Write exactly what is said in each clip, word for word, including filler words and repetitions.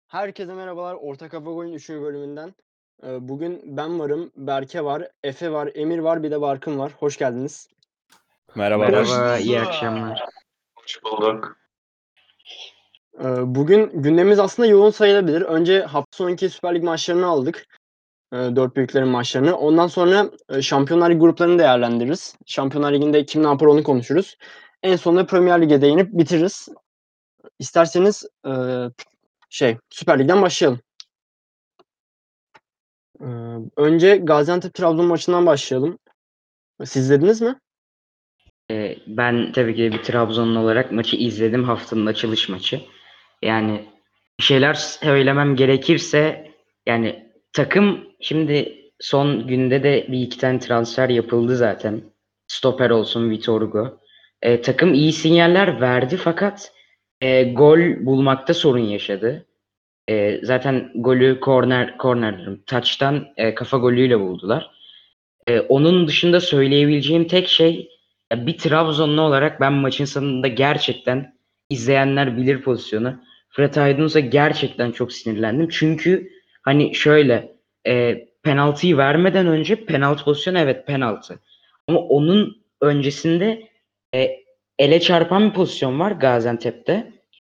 Herkese merhabalar. Orta Kafa Gol'ün üçüncü bölümünden. Eee, bugün ben varım, Berke var, Efe var, Emir var, bir de Barkın var. Hoş geldiniz. Merhaba. Hoş Merhaba. Merhaba, iyi akşamlar. Hoş bulduk. Eee, bugün gündemimiz aslında yoğun sayılabilir. Önce hafta sonunki Süper Lig maçlarını aldık. Eee, dört büyüklerin maçlarını. Ondan sonra eee, Şampiyonlar Ligi gruplarını değerlendiririz. Şampiyonlar Ligi'nde kim ne yapar onu konuşuruz. En sonunda Premier Lig'e değinip bitiririz. İsterseniz eee, şey Süper Lig'den başlayalım. Eee, önce Gaziantep-Trabzon maçından başlayalım. Siz izlediniz mi? Ee, ben tabii ki de bir Trabzonlu olarak maçı izledim. Haftanın açılış maçı. Yani bir şeyler söylemem gerekirse yani takım şimdi son günde de bir iki tane transfer yapıldı zaten. Stoper olsun Vitor Hugo. Ee, takım iyi sinyaller verdi fakat e, gol bulmakta sorun yaşadı. E, zaten golü korner, korner diyorum, taçtan e, kafa golüyle buldular. Ee, onun dışında söyleyebileceğim tek şey ya bir Trabzonlu olarak ben maçın sonunda gerçekten izleyenler bilir pozisyonu. Fırat Aydınus'a gerçekten çok sinirlendim. Çünkü hani şöyle e, penaltıyı vermeden önce penaltı pozisyonu evet penaltı. Ama onun öncesinde e, ele çarpan bir pozisyon var Gaziantep'te.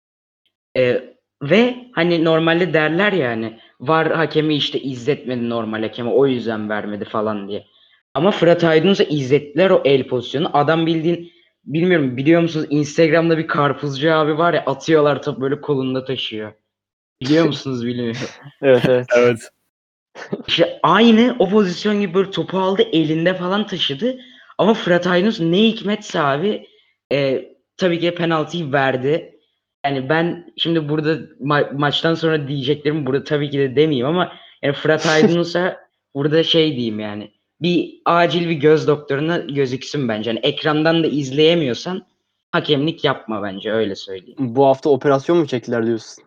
E, ve hani normalde derler ya hani VAR hakemi işte izletmedi normal hakemi o yüzden vermedi falan diye. Ama Fırat Aydınus'a izlettiler o el pozisyonu. Adam bildiğin bilmiyorum biliyor musunuz Instagram'da bir karpuzcu abi var ya atıyorlar top böyle kolunda taşıyor. Biliyor musunuz bilmiyorum. Evet, evet. Evet. İşte aynı o pozisyon gibi böyle topu aldı elinde falan taşıdı. Ama Fırat Aydınus ne hikmetse abi e, tabii ki penaltıyı verdi. Yani ben şimdi burada ma- maçtan sonra diyeceklerimi burada tabii ki de demeyeyim ama yani Fırat Aydınus'a burada şey diyeyim yani bir acil bir göz doktoruna gözüksün bence. Yani ekrandan da izleyemiyorsan hakemlik yapma bence öyle söyleyeyim. Bu hafta operasyon mu çektiler diyorsun?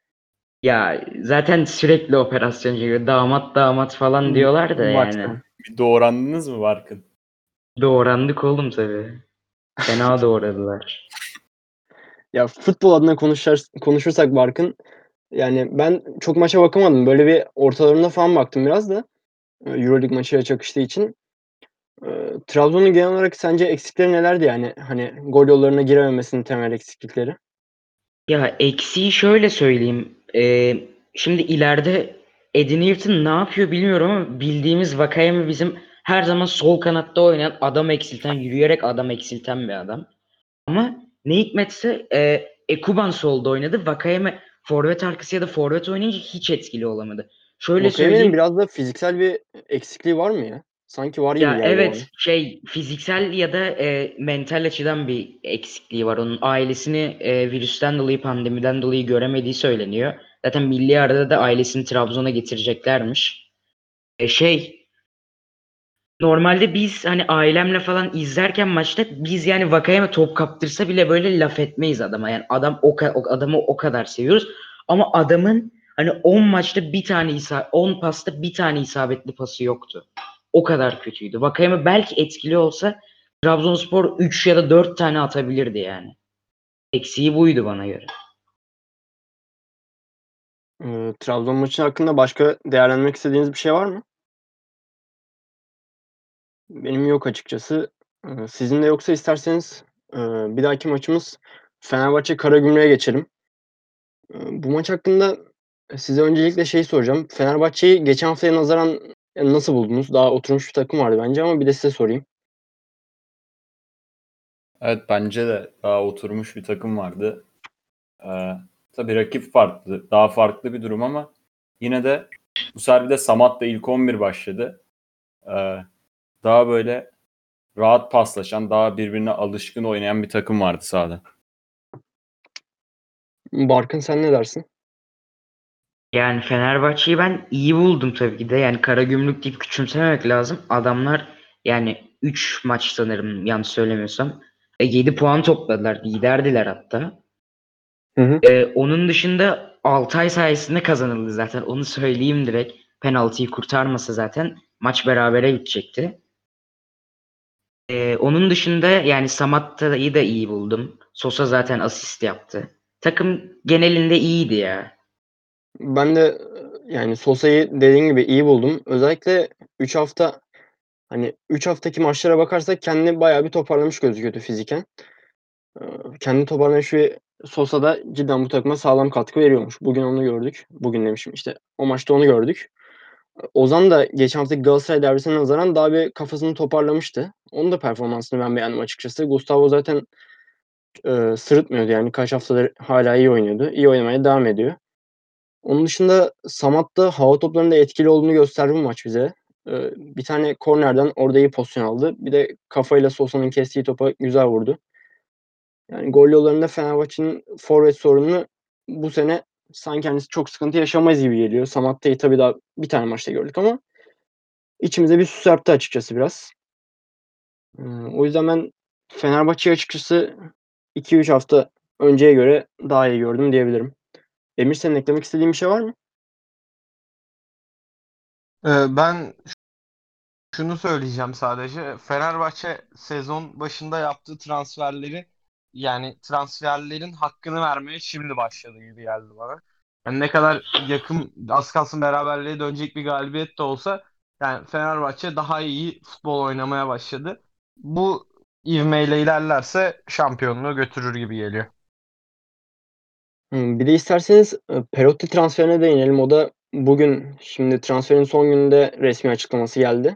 Ya zaten sürekli operasyon çekiyor. Damat damat falan diyorlar da yani. Baştan. Bir doğrandınız mı Barkın? Doğrandık oğlum tabii. Fena doğradılar. Ya futbol adına konuşur, konuşursak Barkın, yani ben çok maça bakamadım. Böyle bir ortalarına falan baktım biraz da e, Euroleague maçıyla çakıştığı için. E, Trabzon'un genel olarak sence eksikleri nelerdi yani? Hani gol yollarına girememesinin temel eksiklikleri. Ya eksiği şöyle söyleyeyim. Ee, şimdi ileride Eddie Newton ne yapıyor bilmiyorum ama bildiğimiz Vakayeme bizim her zaman sol kanatta oynayan adam eksilten, yürüyerek adam eksilten bir adam. Ama ne hikmetse e, Ekuban solda oynadı. Vakayeme forvet arkası ya da forvet oynayınca hiç etkili olamadı. Şöyle Vakayeme'nin söyleyeyim. biraz da fiziksel bir eksikliği var mı ya? Sanki var gibi Ya geldi bana. evet şey fiziksel ya da e, mental açıdan bir eksikliği var. Onun ailesini e, virüsten dolayı pandemiden dolayı göremediği söyleniyor. Zaten milli arada da ailesini Trabzon'a getireceklermiş. E, şey normalde biz hani ailemle falan izlerken maçta biz yani Vakayeme top kaptırsa bile böyle laf etmeyiz adama. Yani adam o, ka- o adamı o kadar seviyoruz. Ama adamın hani on maçta bir tane isa on pasta bir tane isabetli pası yoktu. O kadar kötüydü. Vakayeme belki etkili olsa Trabzonspor üç ya da dört tane atabilirdi yani. Eksiği buydu bana göre. E, Trabzon maçı hakkında başka değerlendirmek istediğiniz bir şey var mı? Benim yok açıkçası. Eee, sizin de yoksa isterseniz, eee, bir dahaki maçımız Fenerbahçe Karagümrük'e geçelim. Eee, bu maç hakkında size öncelikle şeyi soracağım. Fenerbahçe'yi geçen haftaya nazaran, eee, nasıl buldunuz? Daha oturmuş bir takım vardı bence ama bir de size sorayım. Evet, bence de daha oturmuş bir takım vardı. Ee, tabii rakip farklı. Daha farklı bir durum ama yine de bu sefer bir de Samat da ilk on bir başladı. Ee, daha böyle rahat paslaşan, daha birbirine alışkın oynayan bir takım vardı sahada. Barkın sen ne dersin? Yani Fenerbahçe'yi ben iyi buldum tabii ki de. Yani Karagümrük deyip küçümsememek lazım. Adamlar yani üç maç sanırım yanlış söylemiyorsam. E, yedi puan topladılar. Liderdiler hatta. Hı hı. E, onun dışında Altay sayesinde kazanıldı zaten. Onu söyleyeyim direkt. Penaltıyı kurtarmasa zaten maç berabere bitecekti. E, onun dışında yani Samatta'yı da iyi buldum. Sosa zaten asist yaptı. Takım genelinde iyiydi ya. Ben de e, yani Sosa'yı dediğin gibi iyi buldum. Özellikle üç hafta hani üç haftaki maçlara bakarsak kendini bayağı bir toparlamış gözüküyordu fiziken. Eee, kendini toparlamış ve Sosa da cidden bu takıma sağlam katkı veriyormuş. Bugün onu gördük. Bugün demişim, işte o maçta onu gördük. Ozan da geçen haftaki Galatasaray derbisine nazaran daha bir kafasını toparlamıştı. Onun da performansını ben beğendim açıkçası. Gustavo zaten, eee, sırıtmıyordu yani kaç haftadır hâlâ iyi oynuyordu. İyi oynamaya devam ediyor. Onun dışında Samat da hava toplarında etkili olduğunu gösterdi bu maç bize. Eee, bir tane kornerden orada iyi pozisyon aldı. Bir de kafayla Sosa'nın kestiği topa güzel vurdu. Yani gol yollarında Fenerbahçe'nin forvet sorununu bu sene sanki hani çok sıkıntı yaşamayız gibi geliyor. Samatta'yı tabii daha bir tane maçta gördük ama içimize bir su serpti açıkçası biraz. Eee, o yüzden ben Fenerbahçe'yi açıkçası iki üç hafta önceye göre daha iyi gördüm diyebilirim. Emir, senin eklemek istediğin bir şey var mı? Ee, ben şunu söyleyeceğim sadece. Fenerbahçe sezon başında yaptığı transferleri yani transferlerin hakkını vermeye şimdi başladı gibi geldi bana. Yani ne kadar yakın az kalsın beraberliğe dönecek bir galibiyet de olsa yani Fenerbahçe daha iyi futbol oynamaya başladı. Bu ivmeyle ilerlerse şampiyonluğu götürür gibi geliyor. Hımm, bir de isterseniz, eee, Perotti transferine değinelim. O da bugün, şimdi transferin son gününde resmî açıklaması geldi.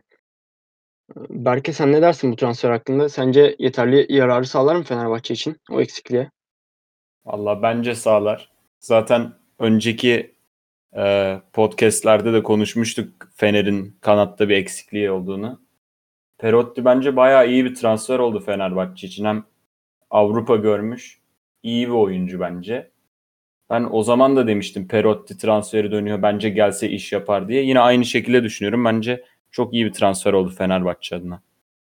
Berke, sen ne dersin bu transfer hakkında? Sence yeterli yararı sağlar mı Fenerbahçe için o eksikliğe? Valla bence sağlar. Zaten önceki e, podcastlerde de konuşmuştuk Fener'in kanatta bir eksikliği olduğunu. Perotti bence bayağı iyi bir transfer oldu Fenerbahçe için. Hem Avrupa görmüş, iyi bir oyuncu bence. Ben o zaman da demiştim Perotti transferi dönüyor, bence gelse iş yapar diye. Yine aynı şekilde düşünüyorum. Bence çok iyi bir transfer oldu Fenerbahçe adına.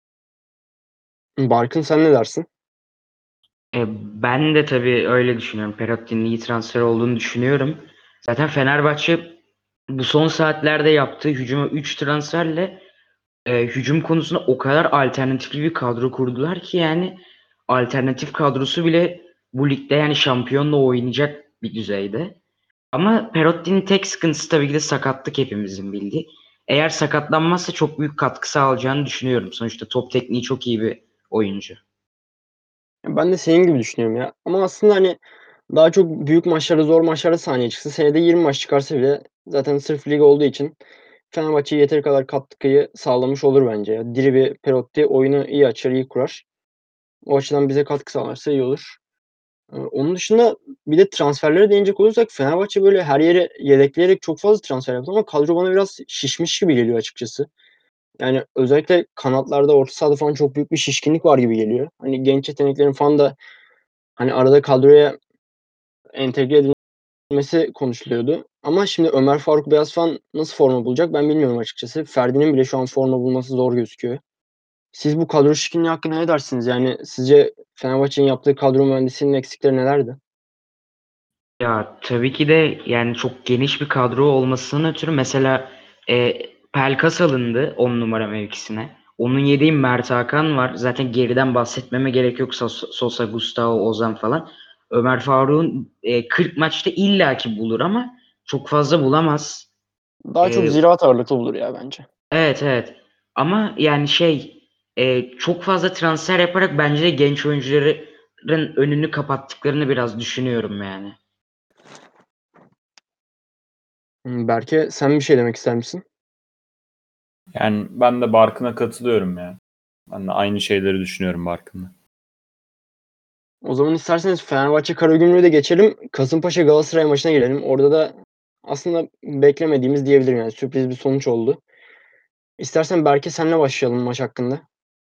Barkın, sen ne dersin? E, ben de tabii öyle düşünüyorum. Perotti'nin iyi transfer olduğunu düşünüyorum. Zaten Fenerbahçe bu son saatlerde yaptığı hücuma üç transferle e, hücum konusunda o kadar alternatifli bir kadro kurdular ki yani alternatif kadrosu bile bu ligde yani şampiyonla oynayacak bir düzeyde. Ama Perotti'nin tek sıkıntısı tabii ki de sakatlık, hepimizin bildiği. Eğer sakatlanmazsa çok büyük katkı sağlayacağını düşünüyorum. Sonuçta top tekniği çok iyi bir oyuncu. Ben de senin gibi düşünüyorum ya ama aslında, hani, daha çok büyük maçlarda, zor maçlarda sahneye çıksa, senede yirmi maç çıkarsa bile zaten sırf lig olduğu için Fenerbahçe'ye yeteri kadar katkıyı sağlamış olur bence ya. Diri bir Perotti oyunu iyi açar, iyi kurar. O açıdan bize katkı sağlarsa iyi olur. Eee, onun dışında bir de transferlere değinecek olursak Fenerbahçe böyle her yere yedekleyerek çok fazla transfer yaptı ama kadro bana biraz şişmiş gibi geliyor açıkçası. Yani özellikle kanatlarda, orta sahada falan çok büyük bir şişkinlik var gibi geliyor. Hani genç yeteneklerin falan da hani arada kadroya entegre edilmesi konuşuluyordu. Ama şimdi Ömer Faruk Beyaz falan nasıl forma bulacak ben bilmiyorum açıkçası. Ferdi'nin bile şu an forma bulması zor gözüküyor. Siz bu kadro şişkinliği hakkında ne dersiniz? Yani sizce Fenerbahçe'nin yaptığı kadro mühendisliğinin eksikleri nelerdi? Ya tabii ki de yani çok geniş bir kadro olmasından ötürü mesela e, Pelkas alındı on numara mevkisine. Onun yedeği Mert Hakan var. Zaten geriden bahsetmeme gerek yok. Sos- Sosa, Gustavo, Ozan falan. Ömer Faruk'un e, kırk maçta illaki bulur ama çok fazla bulamaz. Daha çok E, ziraat ağırlıklı olur ya bence. evet evet. Ama yani şey e, çok fazla transfer yaparak bence de genç oyuncuların önünü kapattıklarını biraz düşünüyorum yani. Hımm, Berke, sen bir şey demek ister misin? Yani ben de Barkın'a katılıyorum ya. Ben de aynı şeyleri düşünüyorum Barkın'la. O zaman isterseniz Fenerbahçe Karagümrük'ü de geçelim. Kasımpaşa Galatasaray maçına gelelim. Orada da aslında beklemediğimiz diyebilirim yani sürpriz bir sonuç oldu. İstersen Berke senle başlayalım maç hakkında.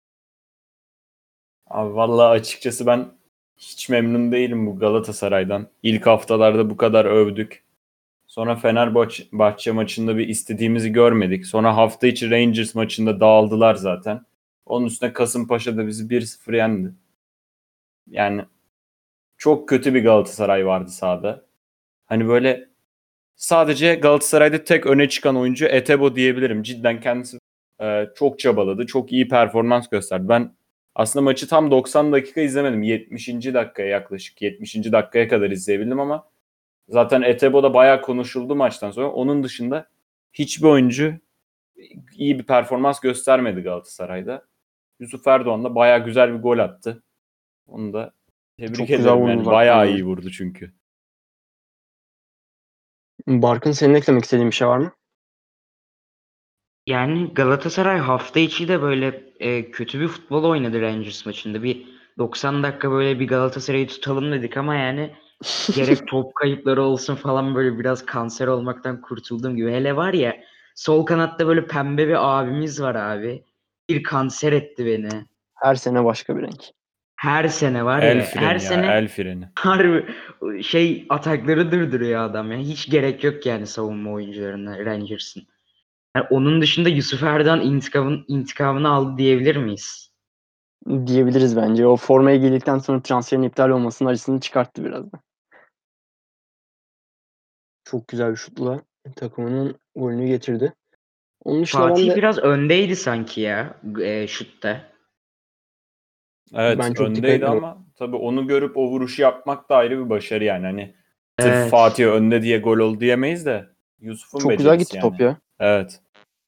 Abi vallahi açıkçası ben hiç memnun değilim bu Galatasaray'dan. İlk haftalarda bu kadar övdük. Sonra Fenerbahçe Bahçe maçında bir istediğimizi görmedik. Sonra hafta içi Rangers maçında dağıldılar zaten. Onun üstüne Kasımpaşa da bizi bir sıfır yendi. Yani çok kötü bir Galatasaray vardı sahada. Hani böyle sadece Galatasaray'da tek öne çıkan oyuncu Etebo diyebilirim. Cidden kendisi e, çok çabaladı. Çok iyi performans gösterdi. Ben aslında maçı tam doksan dakika izlemedim. yetmişinci dakikaya yaklaşık yetmişinci dakikaya kadar izleyebildim ama Zaten Etebo'da bayağı konuşuldu maçtan sonra. Onun dışında hiçbir oyuncu iyi bir performans göstermedi Galatasaray'da. Yusuf Erdoğan da bayağı güzel bir gol attı. Onu da tebrik Çok güzel ederim vurdu yani. zaten Bayağı ya. iyi vurdu çünkü. Barkın, senin eklemek istediğin bir şey var mı? Yani Galatasaray hafta içi de böyle e, kötü bir futbol oynadı Rangers maçında. Bir doksan dakika böyle bir Galatasaray'ı tutalım dedik ama yani gerek top kayıpları olsun falan böyle biraz kanser olmaktan kurtulduğum gibi. Hele var ya, sol kanatta böyle pembe bir abimiz var abi. Bir kanser etti beni. Her sene başka bir renk. Her sene var El ya, her freni ya, sene el freni. harbi şey atakları durduruyor adam ya. Hiç gerek yok yani savunma oyuncularına Rangers'ın. Yani onun dışında Yusuf Erdoğan intikamın, intikamını aldı diyebilir miyiz? Diyebiliriz bence. O formayı giydikten sonra transferin iptal olmasının acısını çıkarttı biraz da. Çok güzel bir şutla takımının golünü getirdi. Onun dışında ben Fatih de biraz öndeydi sanki ya e, şutta. Evet ben çok dikkat öndeydi etmedim. ama tabii onu görüp o vuruşu yapmak da ayrı bir başarı yani. Hani sırf Evet. Fatih önde diye gol oldu diyemeyiz de Yusuf'un Çok güzel becerisi gitti top yani. ya. Evet.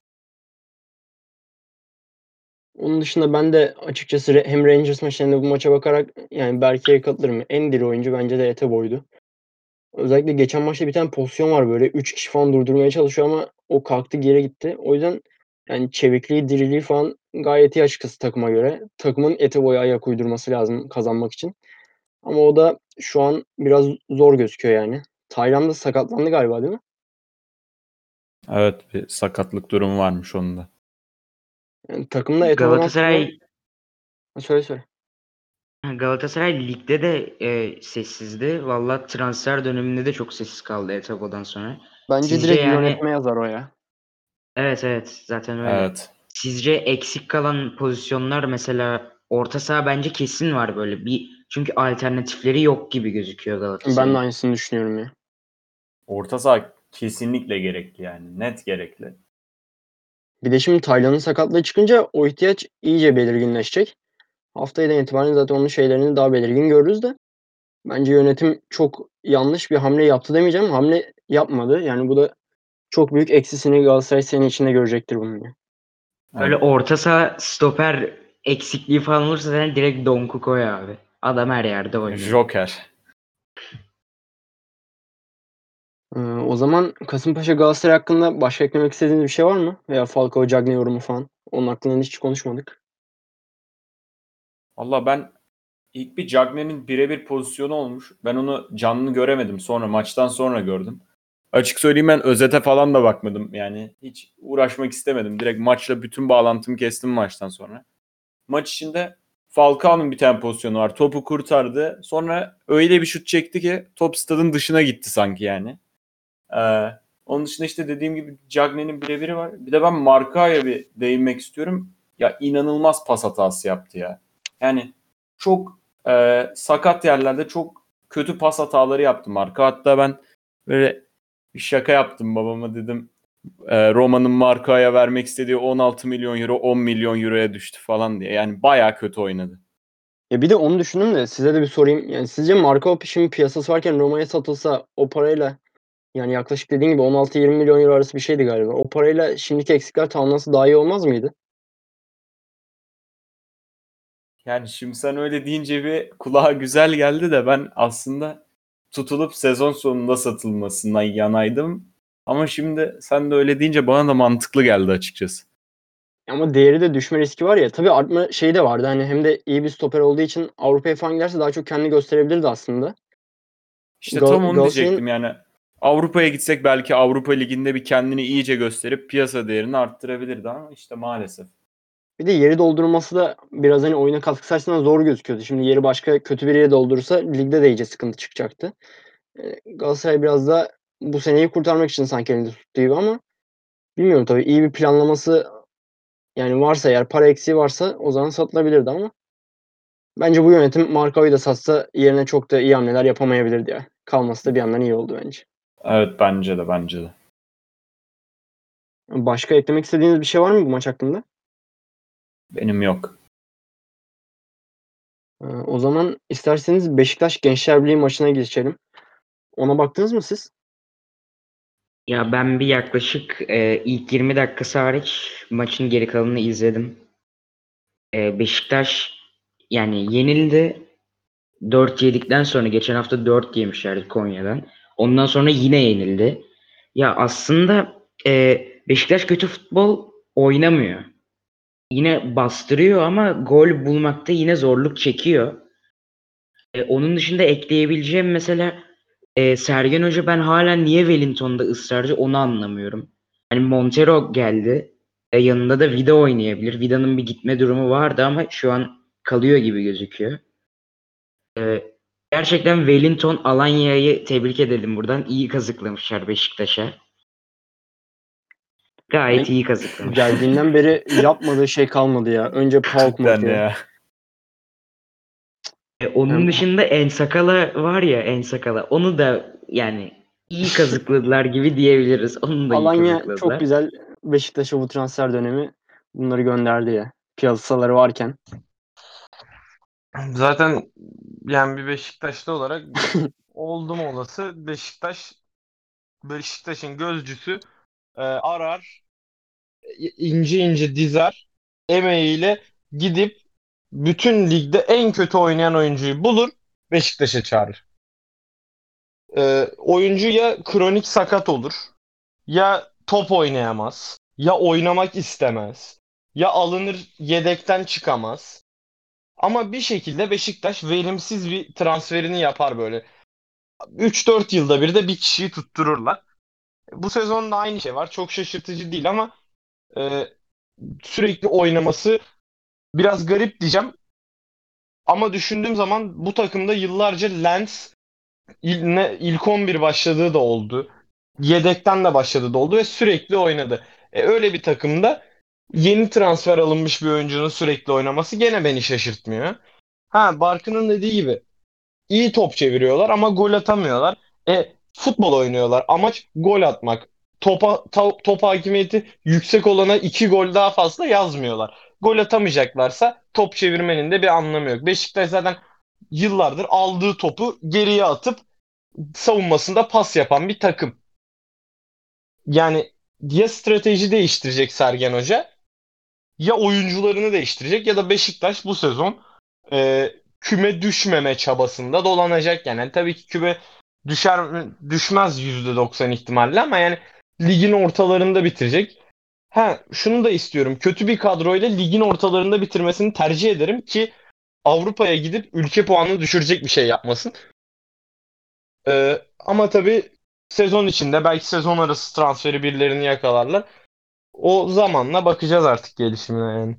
Onun dışında ben de açıkçası re- hem Rangers maçlarında bu maça bakarak yani Berke'ye katılırım. En diri oyuncu bence de Eteboy'du. Özellikle geçen maçta bir tane pozisyon var, böyle üç kişi falan durdurmaya çalışıyor ama o kalktı geri gitti. O yüzden yani çevikliği, diriliği falan gayet iyi açıkçası takıma göre. Takımın Eteboy'a ayak uydurması lazım kazanmak için. Ama o da şu an biraz zor gözüküyor yani. Taylan da sakatlandı galiba, değil mi? Evet bir sakatlık durumu varmış onun da. Yani takımda Eto'dan sonra... Galatasaray Ha, söyle söyle. Galatasaray ligde de e, sessizdi. Valla transfer döneminde de çok sessiz kaldı Etabo'dan sonra. Bence Sizce direkt yani yönetme yazar o ya. evet evet zaten öyle. Evet. Sizce eksik kalan pozisyonlar mesela orta saha bence kesin var böyle bir çünkü alternatifleri yok gibi gözüküyor Ben de Galatasaray'ın. aynısını düşünüyorum ya. Orta saha kesinlikle gerekli yani. Net gerekli. Bir de şimdi Taylan'ın sakatlığı çıkınca o ihtiyaç iyice belirginleşecek. Haftaya itibaren zaten onun şeylerini daha belirgin görürüz de. Bence yönetim çok yanlış bir hamle yaptı demeyeceğim. Hamle yapmadı. Yani bu da çok büyük eksisini Galatasaray sene içinde görecektir bunun ya. Böyle Evet. orta saha stoper eksikliği falan olursa sen direkt Donku koy abi. Adam her yerde oynuyor. Joker. Ee, o zaman Kasımpaşa Galatasaray hakkında başka eklemek istediğiniz bir şey var mı? Veya Falcao Cagney yorumu falan. Onun hakkında hiç konuşmadık. Valla ben ilk bir Cagney'in birebir pozisyonu olmuş. Ben onu canlı göremedim. Sonra maçtan sonra gördüm. Açık söyleyeyim ben özete falan da bakmadım. Yani hiç uğraşmak istemedim. Direkt maçla bütün bağlantımı kestim maçtan sonra. Maç içinde Falcao'nun bir tane pozisyonu var. Topu kurtardı. Sonra öyle bir şut çekti ki top stadın dışına gitti sanki yani. Ee, Onun dışında işte dediğim gibi Cagney'in birebiri var. Bir de ben Marka'ya bir değinmek istiyorum. Ya inanılmaz pas hatası yaptı ya. Yani çok e, sakat yerlerde çok kötü pas hataları yaptı Marka. Hatta ben böyle bir şaka yaptım babama, dedim e, Roma'nın Marka'ya vermek istediği on altı milyon euro on milyon euroya düştü falan diye. Yani bayağı kötü oynadı. Ya bir de onu düşündüm de size de bir sorayım. Yani sizce Marco şimdi piyasası varken Roma'ya satılsa o parayla, yani yaklaşık dediğin gibi on altı yirmi milyon euro arası bir şeydi galiba. O parayla şimdiki eksikler tamamlansa daha iyi olmaz mıydı? Yani şimdi sen öyle deyince bir kulağa güzel geldi de ben aslında tutulup sezon sonunda satılmasından yanaydım. Ama şimdi sen de öyle deyince bana da mantıklı geldi açıkçası. Ama değeri de düşme riski var ya. Tabii artma şeyi de vardı. Hani hem de iyi bir stoper olduğu için Avrupa'ya falan giderse daha çok kendini gösterebilirdi aslında. İşte Gal tam onu Galatasaray'ın diyecektim yani. Avrupa'ya gitsek belki Avrupa Ligi'nde bir kendini iyice gösterip piyasa değerini arttırabilirdi ama işte maalesef. bir de yeri doldurması da biraz hani oyuna katkısı açısından zor gözüküyordu. Şimdi yeri başka kötü bir yere doldurursa ligde de iyice sıkıntı çıkacaktı. Eee, Galatasaray biraz da bu seneyi kurtarmak için sanki elinde tuttu gibi ama bilmiyorum tabii, iyi bir planlaması yani varsa, eğer para eksiği varsa o zaman satılabilirdi ama bence bu yönetim Markao'yu da satsa yerine çok da iyi hamleler yapamayabilirdi ya. Kalması da bir yandan iyi oldu bence. Evet bence de bence de. Başka eklemek istediğiniz bir şey var mı bu maç hakkında? Benim yok. Eee, o zaman isterseniz Beşiktaş Gençler Birliği maçına geçelim. Ona baktınız mı siz? Ya ben bir yaklaşık e, ilk yirmi dakikası hariç maçın geri kalanını izledim. E, Beşiktaş yani yenildi. dört yedikten sonra geçen hafta dört yemişlerdi Konya'dan. Ondan sonra yine yenildi. Ya aslında e, Beşiktaş kötü futbol oynamıyor. Yine bastırıyor ama gol bulmakta yine zorluk çekiyor. E, onun dışında ekleyebileceğim mesela e, Sergen Hoca ben hala niye Wellington'da ısrarcı onu anlamıyorum. Hani Montero geldi. E, yanında da Vida oynayabilir. Vida'nın bir gitme durumu vardı ama şu an kalıyor gibi gözüküyor. E, gerçekten Wellington Alanya'yı tebrik edelim buradan. İyi kazıklamışlar Beşiktaş'a. Gayet Yani iyi kazıklamışlar. geldiğinden beri yapmadığı şey kalmadı ya. Önce Pauk Cidden Mateo. ya. E, onun Yani dışında Ensakala var ya Ensakala. Onu da yani iyi kazıkladılar gibi diyebiliriz. Onu da iyi Alanya çok kazıkladılar. güzel Beşiktaş'a bu transfer dönemi bunları gönderdi ya. Piyasaları varken. Zaten yani bir Beşiktaşlı olarak oldum olası Beşiktaş Beşiktaş'ın gözcüsü e, arar, ince ince dizer, emeğiyle gidip bütün ligde en kötü oynayan oyuncuyu bulur, Beşiktaş'a çağırır. E, oyuncu ya kronik sakat olur, ya top oynayamaz, ya oynamak istemez, ya alınır yedekten çıkamaz. Ama bir şekilde Beşiktaş verimsiz bir transferini yapar böyle. üç dört yılda bir de bir kişiyi tuttururlar. Bu sezon da aynı şey var. Çok şaşırtıcı değil ama e, sürekli oynaması biraz garip diyeceğim. Ama düşündüğüm zaman bu takımda yıllarca Lens il- ne- ilk on bir başladığı da oldu. Yedekten de başladığı da oldu ve sürekli oynadı. E, öyle bir takımda yeni transfer alınmış bir oyuncunun sürekli oynaması gene beni şaşırtmıyor. Ha, Barkın'ın dediği gibi iyi top çeviriyorlar ama gol atamıyorlar. E, futbol oynuyorlar. Amaç gol atmak. Topa, ta- top hakimiyeti yüksek olana iki gol daha fazla yazmıyorlar. Gol atamayacaklarsa top çevirmenin de bir anlamı yok. Beşiktaş zaten yıllardır aldığı topu geriye atıp savunmasında pas yapan bir takım. Yani ya strateji değiştirecek Sergen Hoca, ya oyuncularını değiştirecek, ya da Beşiktaş bu sezon e, küme düşmeme çabasında dolanacak. Yani, Yani tabii ki küme düşer mi? Düşmez yüzde doksan ihtimalle ama yani ligin ortalarında bitirecek. Ha, şunu da istiyorum. Kötü bir kadroyla ligin ortalarında bitirmesini tercih ederim ki Avrupa'ya gidip ülke puanını düşürecek bir şey yapmasın. E, ama tabii sezon içinde belki sezon arası transferi birilerini yakalarlar. O zamanla bakacağız artık gelişimine yani.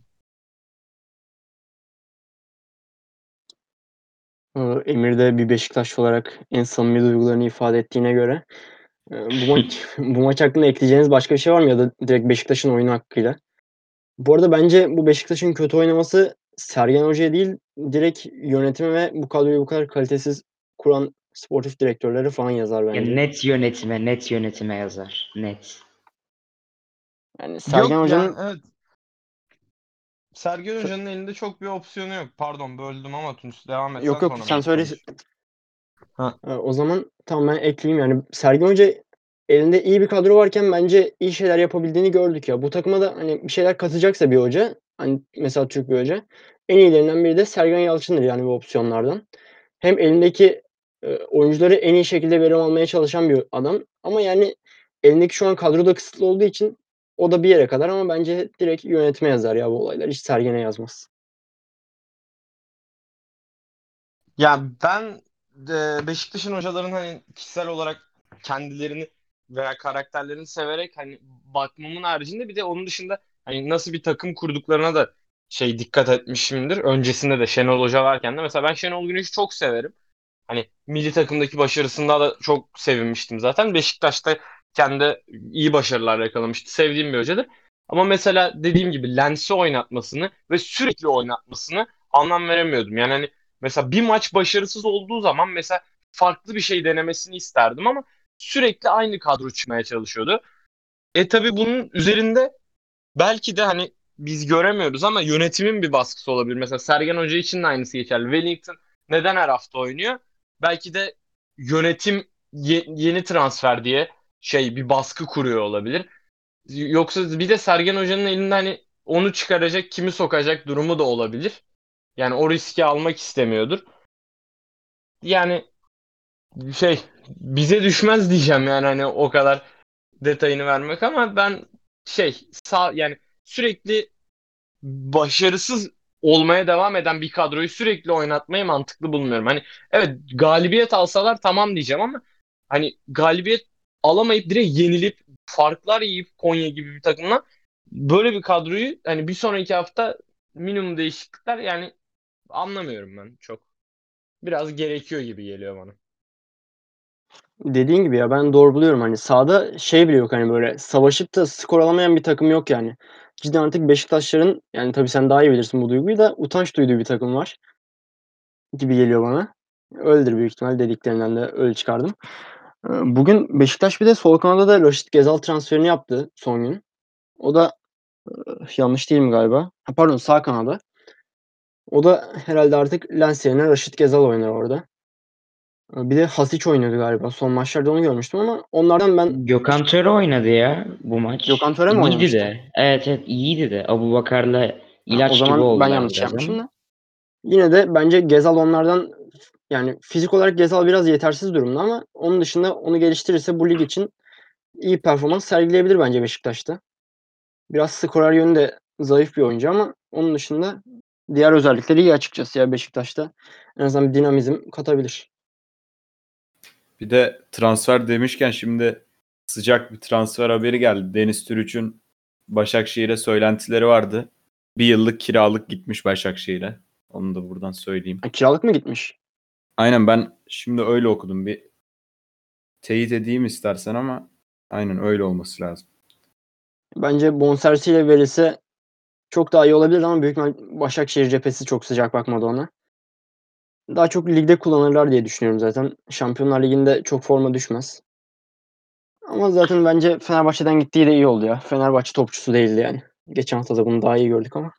Ee, Emir de bir Beşiktaşlı olarak en samimi duygularını ifade ettiğine göre e, bu maç bu maç hakkında ekleyeceğiniz başka bir şey var mı ya da direkt Beşiktaş'ın oyunu hakkıyla? Bu arada bence bu Beşiktaş'ın kötü oynaması Sergen Hoca'ya değil, direkt yönetime ve bu kadroyu bu kadar kalitesiz kuran sportif direktörleri falan yazar Ya bence. net yönetime, net yönetime yazar. Net. Yani Sergen Yok yani Hoca'nın evet. Sergen Hoca'nın elinde çok bir opsiyonu yok. Pardon böldüm ama Tunç devam etsen yok yok sonra sen ben söyle. konuş. Ha. Ee, o zaman tamam ben ekleyeyim yani Sergen Hoca elinde iyi bir kadro varken bence iyi şeyler yapabildiğini gördük ya. Bu takıma da hani bir şeyler katacaksa bir hoca, hani mesela Türk bir hoca, en iyilerinden biri de Sergen Yalçın'dır yani bu opsiyonlardan. Hem elindeki e, oyuncuları en iyi şekilde verim almaya çalışan bir adam ama yani elindeki şu an kadro da kısıtlı olduğu için o da bir yere kadar ama bence direkt yönetime yazar ya bu olaylar. Hiç Sergen'e yazmaz. Ya ben e, Beşiktaş'ın hocaların hani kişisel olarak kendilerini veya karakterlerini severek hani bakmamın haricinde bir de onun dışında hani nasıl bir takım kurduklarına da şey dikkat etmişimdir. Öncesinde de Şenol Hoca varken de mesela ben Şenol Güneş'i çok severim. Hani milli takımdaki başarısında da çok sevinmiştim zaten. Beşiktaş'ta kendi iyi başarılar yakalamıştı. Sevdiğim bir hocadır. Ama mesela dediğim gibi Lens'i oynatmasını ve sürekli oynatmasını anlam veremiyordum. Yani hani mesela bir maç başarısız olduğu zaman mesela farklı bir şey denemesini isterdim ama sürekli aynı kadro çıkmaya çalışıyordu. E tabii bunun üzerinde belki de hani biz göremiyoruz ama yönetimin bir baskısı olabilir. Mesela Sergen Hoca için de aynısı geçerli. Wellington neden her hafta oynuyor? Belki de yönetim ye- yeni transfer diye şey bir baskı kuruyor olabilir. Yoksa bir de Sergen Hoca'nın elinde hani onu çıkaracak, kimi sokacak durumu da olabilir. Yani o riski almak istemiyordur. Yani şey bize düşmez diyeceğim yani hani o kadar detayını vermek ama ben şey sağ yani sürekli başarısız olmaya devam eden bir kadroyu sürekli oynatmayı mantıklı bulmuyorum. Hani evet galibiyet alsalar tamam diyeceğim ama hani galibiyet alamayıp direkt yenilip farklar yiyip Konya gibi bir takımla böyle bir kadroyu hani bir sonraki hafta minimum değişiklikler yani anlamıyorum ben çok. Biraz gerekiyor gibi geliyor bana. Dediğin gibi ya ben doğru buluyorum. Hani sahada şey bile yok hani böyle savaşıp da skor alamayan bir takım yok yani. Cidden artık Beşiktaşların yani tabii sen daha iyi bilirsin bu duyguyu da utanç duyduğu bir takım var gibi geliyor bana. Öyledir büyük ihtimal dediklerinden de öyle çıkardım. Eee, bugün Beşiktaş bir de sol kanada da Raşit Gezal transferini yaptı son gün. O da, ıh, yanlış değil mi galiba? Ha, pardon sağ kanada. O da herhâlde artık Lens yerine Raşit Gezal oynar orada. Eee, bir de Hasic oynuyordu galiba. Son maçlarda onu görmüştüm ama onlardan ben Gökhan Töre oynadı ya bu maç. Gökhan Töre mi İyiydi oynamıştı? de. Evet evet iyiydi de. Abubakar'la Ha, o ilaç gibi zaman ben oldular yanlış şey biraz yapmışım ama. da. Yine de bence Gezal onlardan yani fizik olarak Gezal biraz yetersiz durumda ama onun dışında onu geliştirirse bu lig için iyi performans sergileyebilir bence Beşiktaş'ta. Biraz skorer yönü de zayıf bir oyuncu ama onun dışında diğer özellikleri iyi açıkçası ya Beşiktaş'ta. En azından bir dinamizm katabilir. Bir de transfer demişken şimdi sıcak bir transfer haberi geldi. Deniz Türüç'ün Başakşehir'e söylentileri vardı. Bir yıllık kiralık gitmiş Başakşehir'e. Onu da buradan söyleyeyim. Ha, kiralık mı gitmiş? Aynen ben şimdi öyle okudum. Bir teyit edeyim istersen ama aynen öyle olması lazım. Bence bonservisiyle verilse çok daha iyi olabilir ama büyük ihtimal Başakşehir cephesi çok sıcak bakmadı ona. Daha çok ligde kullanırlar diye düşünüyorum zaten. Şampiyonlar Ligi'nde çok forma düşmez. Ama zaten bence Fenerbahçe'den gittiği de iyi oldu ya. Fenerbahçe topçusu değildi yani. Geçen hafta da bunu daha iyi gördük ama.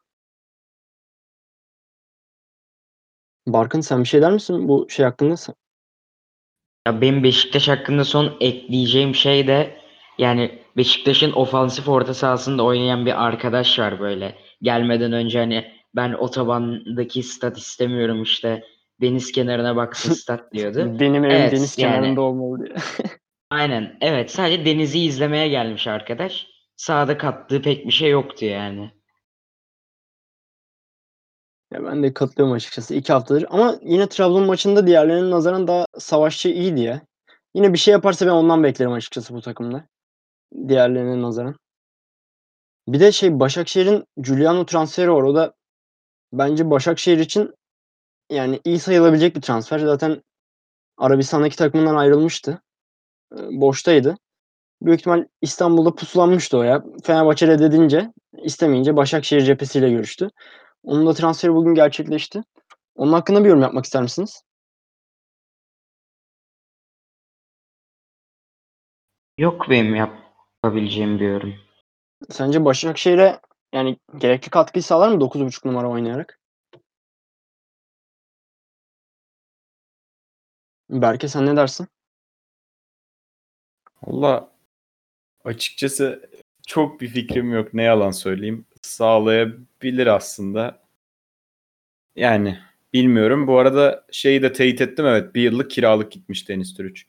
Barkın sen bir şey der misin bu şey hakkında? Ya benim Beşiktaş hakkında son ekleyeceğim şey de yani Beşiktaş'ın ofansif orta sahasında oynayan bir arkadaş var böyle. Gelmeden önce hani ben otobandaki stat istemiyorum işte deniz kenarına baksın stat diyordu. Benim evim Evet deniz yani kenarında olmalı diye. aynen evet sadece denizi izlemeye gelmiş arkadaş. Sahada kattığı pek bir şey yoktu yani. Ya ben de katılıyorum açıkçası iki haftadır ama yine Trabzon maçında diğerlerinin nazaran daha savaşçı iyiydi ya. Yine bir şey yaparsa ben ondan beklerim açıkçası bu takımda. Diğerlerine nazaran. Bir de şey Başakşehir'in Giuliano transferi var. O da bence Başakşehir için yani iyi sayılabilecek bir transfer. Zaten Arabistan'daki takımından ayrılmıştı. Eee, boştaydı. Büyük ihtimal İstanbul'da pusulanmıştı o ya. Fenerbahçe reddedince, istemeyince Başakşehir cephesiyle görüştü. Onun da transferi bugün gerçekleşti. Onun hakkında bir yorum yapmak ister misiniz? Yok benim yapabileceğim bir yorum. Sence Başakşehir'e yani gerekli katkıyı sağlar mı dokuz buçuk numara oynayarak? Berke sen ne dersin? Valla açıkçası çok bir fikrim yok. Ne yalan söyleyeyim. Sağlayabilir aslında. Yani bilmiyorum. Bu arada şeyi de teyit ettim. Evet bir yıllık kiralık gitmiş Deniz Türüç.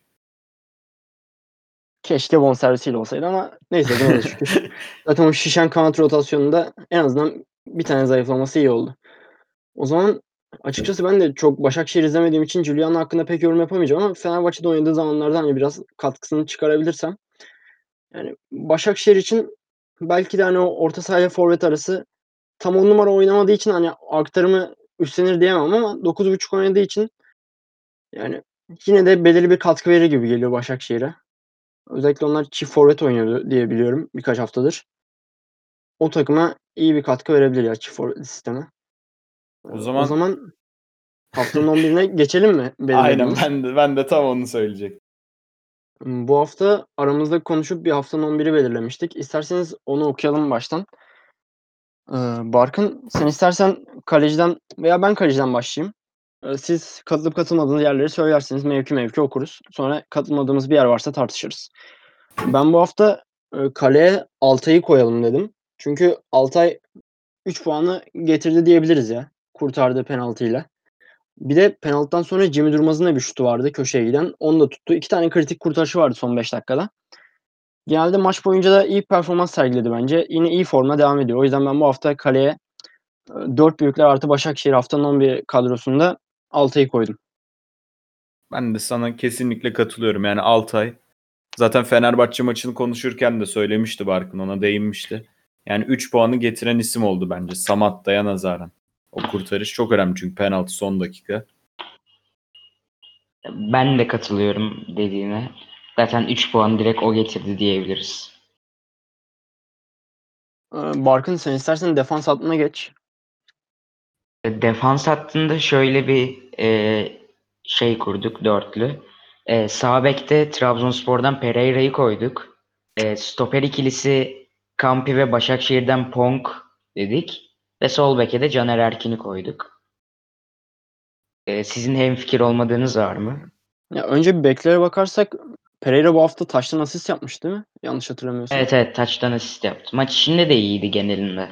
Keşke bonservisiyle olsaydı ama neyse buna da şükür. Zaten o şişen kanat rotasyonunda en azından bir tane zayıflaması iyi oldu. O zaman açıkçası ben de çok Başakşehir izlemediğim için Giuliano hakkında pek yorum yapamayacağım ama Fenerbahçe'de oynadığı zamanlarda, hani, biraz katkısını çıkarabilirsem, yani, Başakşehir için belki de, hani, o orta sahayla forvet arası tam on numara oynamadığı için, hani, aktarımı üstlenir diyemem ama dokuz buçuk oynadığı için, yani, yine de belirli bir katkı verir gibi geliyor Başakşehir'e. Özellikle onlar çift forvet oynuyordu diye biliyorum birkaç haftadır. O takıma iyi bir katkı verebilir ya çift forvetli sisteme. Eee, O o zaman zaman haftanın on birine geçelim mi aynen belirlediğiniz? ben de ben de tam onu söyleyecektim. Imm, bu hafta aramızda konuşup bir haftanın on biri belirlemiştik. İsterseniz onu okuyalım baştan. Eee, Barkın sen istersen kaleciden veya ben kaleciden başlayayım. Eee, siz katılıp katılmadığınız yerleri söylersiniz. Mevki mevki okuruz. Sonra katılmadığımız bir yer varsa tartışırız. Ben bu hafta, eee, kaleye Altay'ı koyalım dedim. Çünkü Altay üç puanı getirdi diyebiliriz ya, kurtardığı penaltıyla. Bir de penaltıdan sonra Cimi Durmaz'ın da bir şutu vardı köşeye giden. Onu da tuttu. iki tane kritik kurtarışı vardı son beş dakikada. Genelde maç boyunca da iyi performans sergiledi bence. Yine iyi formla devam ediyor. O yüzden ben bu hafta kaleye, eee, dört büyükler artı Başakşehir haftanın on bir kadrosunda Altay'ı koydum. Ben de sana kesinlikle katılıyorum. Yani Altay zaten Fenerbahçe maçını konuşurken de söylemişti Barkın, ona değinmişti. Yani üç puanı getiren isim oldu bence Samatta'ya nazaran. O kurtarış çok önemli çünkü penaltı son dakika. Ben de katılıyorum dediğine. Zaten üç puan direkt o getirdi diyebiliriz. Eee, Barkın sen istersen defans hattına geç. Defans hattında şöyle bir e, şey kurduk dörtlü. E, sağ bekte Trabzonspor'dan Pereira'yı koyduk. E, stoper ikilisi Kampi ve Başakşehir'den Ponk dedik. Ve sol beke de Caner Erkin'i koyduk. E, sizin hemfikir olmadığınız var mı? Ya önce bir beklere bakarsak Pereira bu hafta taçtan asist yapmış değil mi? Yanlış hatırlamıyorsam. Evet evet, taçtan asist yaptı. Maç içinde de iyiydi genelinde.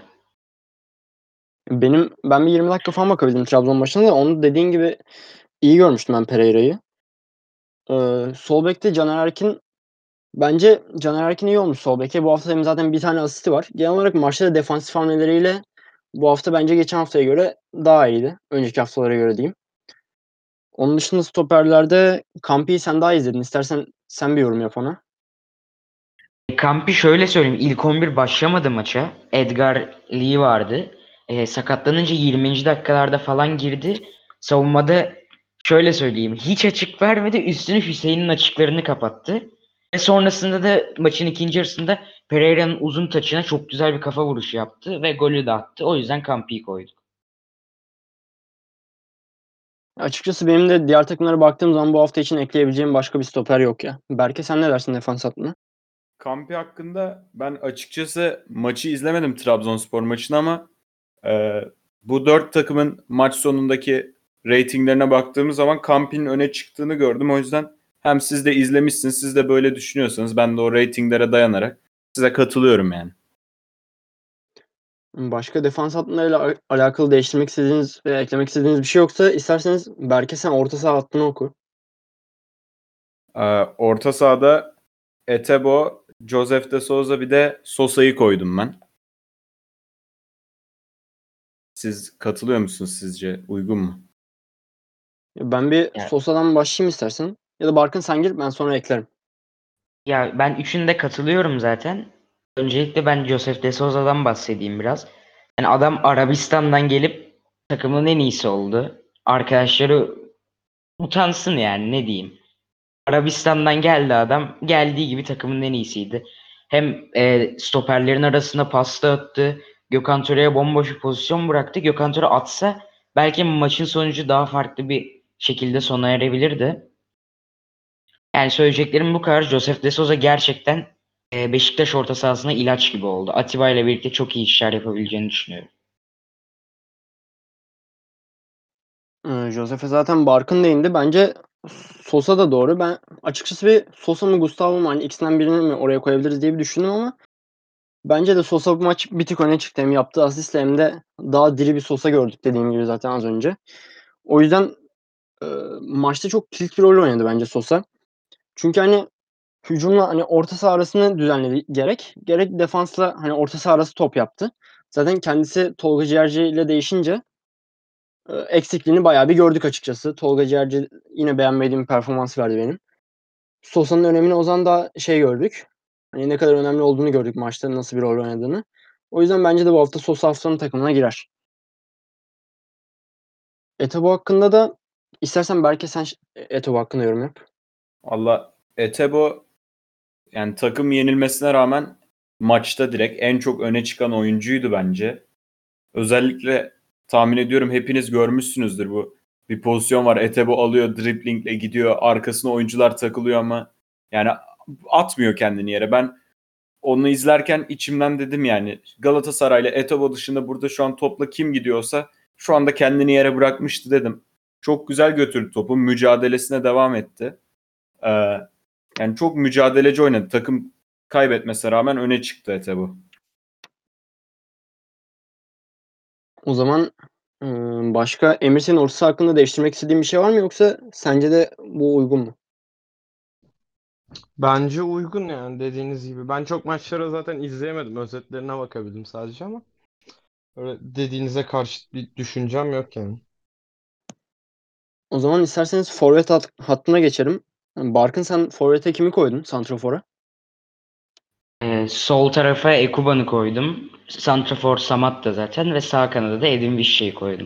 Benim ben bir yirmi dakika falan bakabildim Trabzon maçına da onu dediğin gibi iyi görmüştüm ben Pereira'yı. Eee, sol bekte Caner Erkin bence Caner Erkin iyi olmuş sol beke. Bu hafta hem zaten bir tane asisti var. Genel olarak maçta da defansif hamleleriyle bu hafta bence geçen haftaya göre daha iyiydi. Önceki haftalara göre diyeyim. Onun dışında stoperlerde Kampi'yi sen daha iyi izledin. İstersen sen bir yorum yap ona. Kampi şöyle söyleyeyim. İlk on bir başlamadı maça. Edgar Lee vardı. E, sakatlanınca yirminci dakikalarda falan girdi. Savunmada şöyle söyleyeyim. Hiç açık vermedi. Üstüne Hüseyin'in açıklarını kapattı. Ve sonrasında da maçın ikinci yarısında Pereira'nın uzun taçına çok güzel bir kafa vuruşu yaptı. Ve golü de attı. O yüzden Kampi'yi koyduk. Açıkçası benim de diğer takımlara baktığım zaman bu hafta için ekleyebileceğim başka bir stoper yok ya. Berke sen ne dersin defans hattına? Kampi hakkında ben açıkçası maçı izlemedim, Trabzonspor maçını, ama e, bu dört takımın maç sonundaki reytinglerine baktığımız zaman Kampi'nin öne çıktığını gördüm. O yüzden hem siz de izlemişsiniz, siz de böyle düşünüyorsanız ben de o reytinglere dayanarak size katılıyorum yani. Başka defans hattlarıyla al alakalı değiştirmek istediğiniz veya eklemek istediğiniz bir şey yoksa isterseniz Berke sen orta saha hattını oku. Ee, orta sahada Etebo, Josef de Souza, bir de Sosa'yı koydum ben. Siz katılıyor musunuz sizce? Uygun mu? Ben bir Yani, Sosa'dan başlayayım istersen. Ya da Barkın sen gir ben sonra eklerim. ya ben üçünde katılıyorum zaten. Öncelikle ben Josef de Souza'dan bahsedeyim biraz. Yani adam Arabistan'dan gelip takımın en iyisi oldu. Arkadaşları utansın yani, ne diyeyim. Arabistan'dan geldi adam. Geldiği gibi takımın en iyisiydi. Hem e, stoperlerin arasında pasta attı. Gökhan Töre'ye bomboş bir pozisyon bıraktı. Gökhan Töre atsa belki maçın sonucu daha farklı bir şekilde sona erebilirdi. Yani söyleyeceklerim bu kadar. Josef de Souza gerçekten e, Beşiktaş orta sahasına ilaç gibi oldu. Atiba ile birlikte çok iyi işler yapabileceğini düşünüyorum. Eee, Josef'e zaten Barkın değindi. Bence Sosa da doğru. Ben açıkçası bir Sosa mı Gustavo mu hani ikisinden birini mi oraya koyabiliriz diye bir düşündüm ama bence de Sosa bu maç bir tık öne çıktı. Hem yaptığı asistle hem de daha diri bir Sosa gördük dediğim gibi zaten az önce. O yüzden, eee, maçta çok kilit bir rol oynadı bence Sosa. Çünkü, hani, hücumla, hani, orta saha arasını düzenledi gerek, gerek defansla, hani, orta saha arası top yaptı. Zaten kendisi Tolga Ciğerci ile değişince, eee, eksikliğini bayağı bir gördük açıkçası. Tolga Ciğerci yine beğenmediğim bir performans verdi benim. Sosa'nın önemini o zaman daha şey gördük, hani, ne kadar önemli olduğunu gördük maçta, nasıl bir rol oynadığını. O yüzden bence de bu hafta Sosa haftanın takımına girer. Etebo hakkında da istersen Berke sen ş Etebo hakkında yorum yap. Valla Etebo, yani takım yenilmesine rağmen maçta direkt en çok öne çıkan oyuncuydu bence. Özellikle tahmin ediyorum hepiniz görmüşsünüzdür bu. Bir pozisyon var. Etebo alıyor, driblingle gidiyor. Arkasına oyuncular takılıyor ama yani atmıyor kendini yere. Ben onu izlerken içimden dedim yani Galatasaray'la Etebo dışında burada şu an topla kim gidiyorsa şu anda kendini yere bırakmıştı dedim. çok güzel götürdü topu. Mücadelesine devam etti. Ee, yani çok mücadeleci oynadı. Takım kaybetmesine rağmen öne çıktı Etebo. O zaman ıı, başka Emir senin orta saha hakkında değiştirmek istediğin bir şey var mı yoksa sence de bu uygun mu? Bence uygun yani dediğiniz gibi. Ben çok maçlara zaten izleyemedim. Özetlerine bakabildim sadece ama öyle dediğinize karşı bir düşüncem yok yani. O zaman isterseniz forvet hat- hattına geçelim. Barkın sen forvete kimi koydun santrafora? Ee, sol tarafa Ekuban'ı koydum. Santrafor Samat da zaten ve sağ kanada da Edin Visca'yı koydum.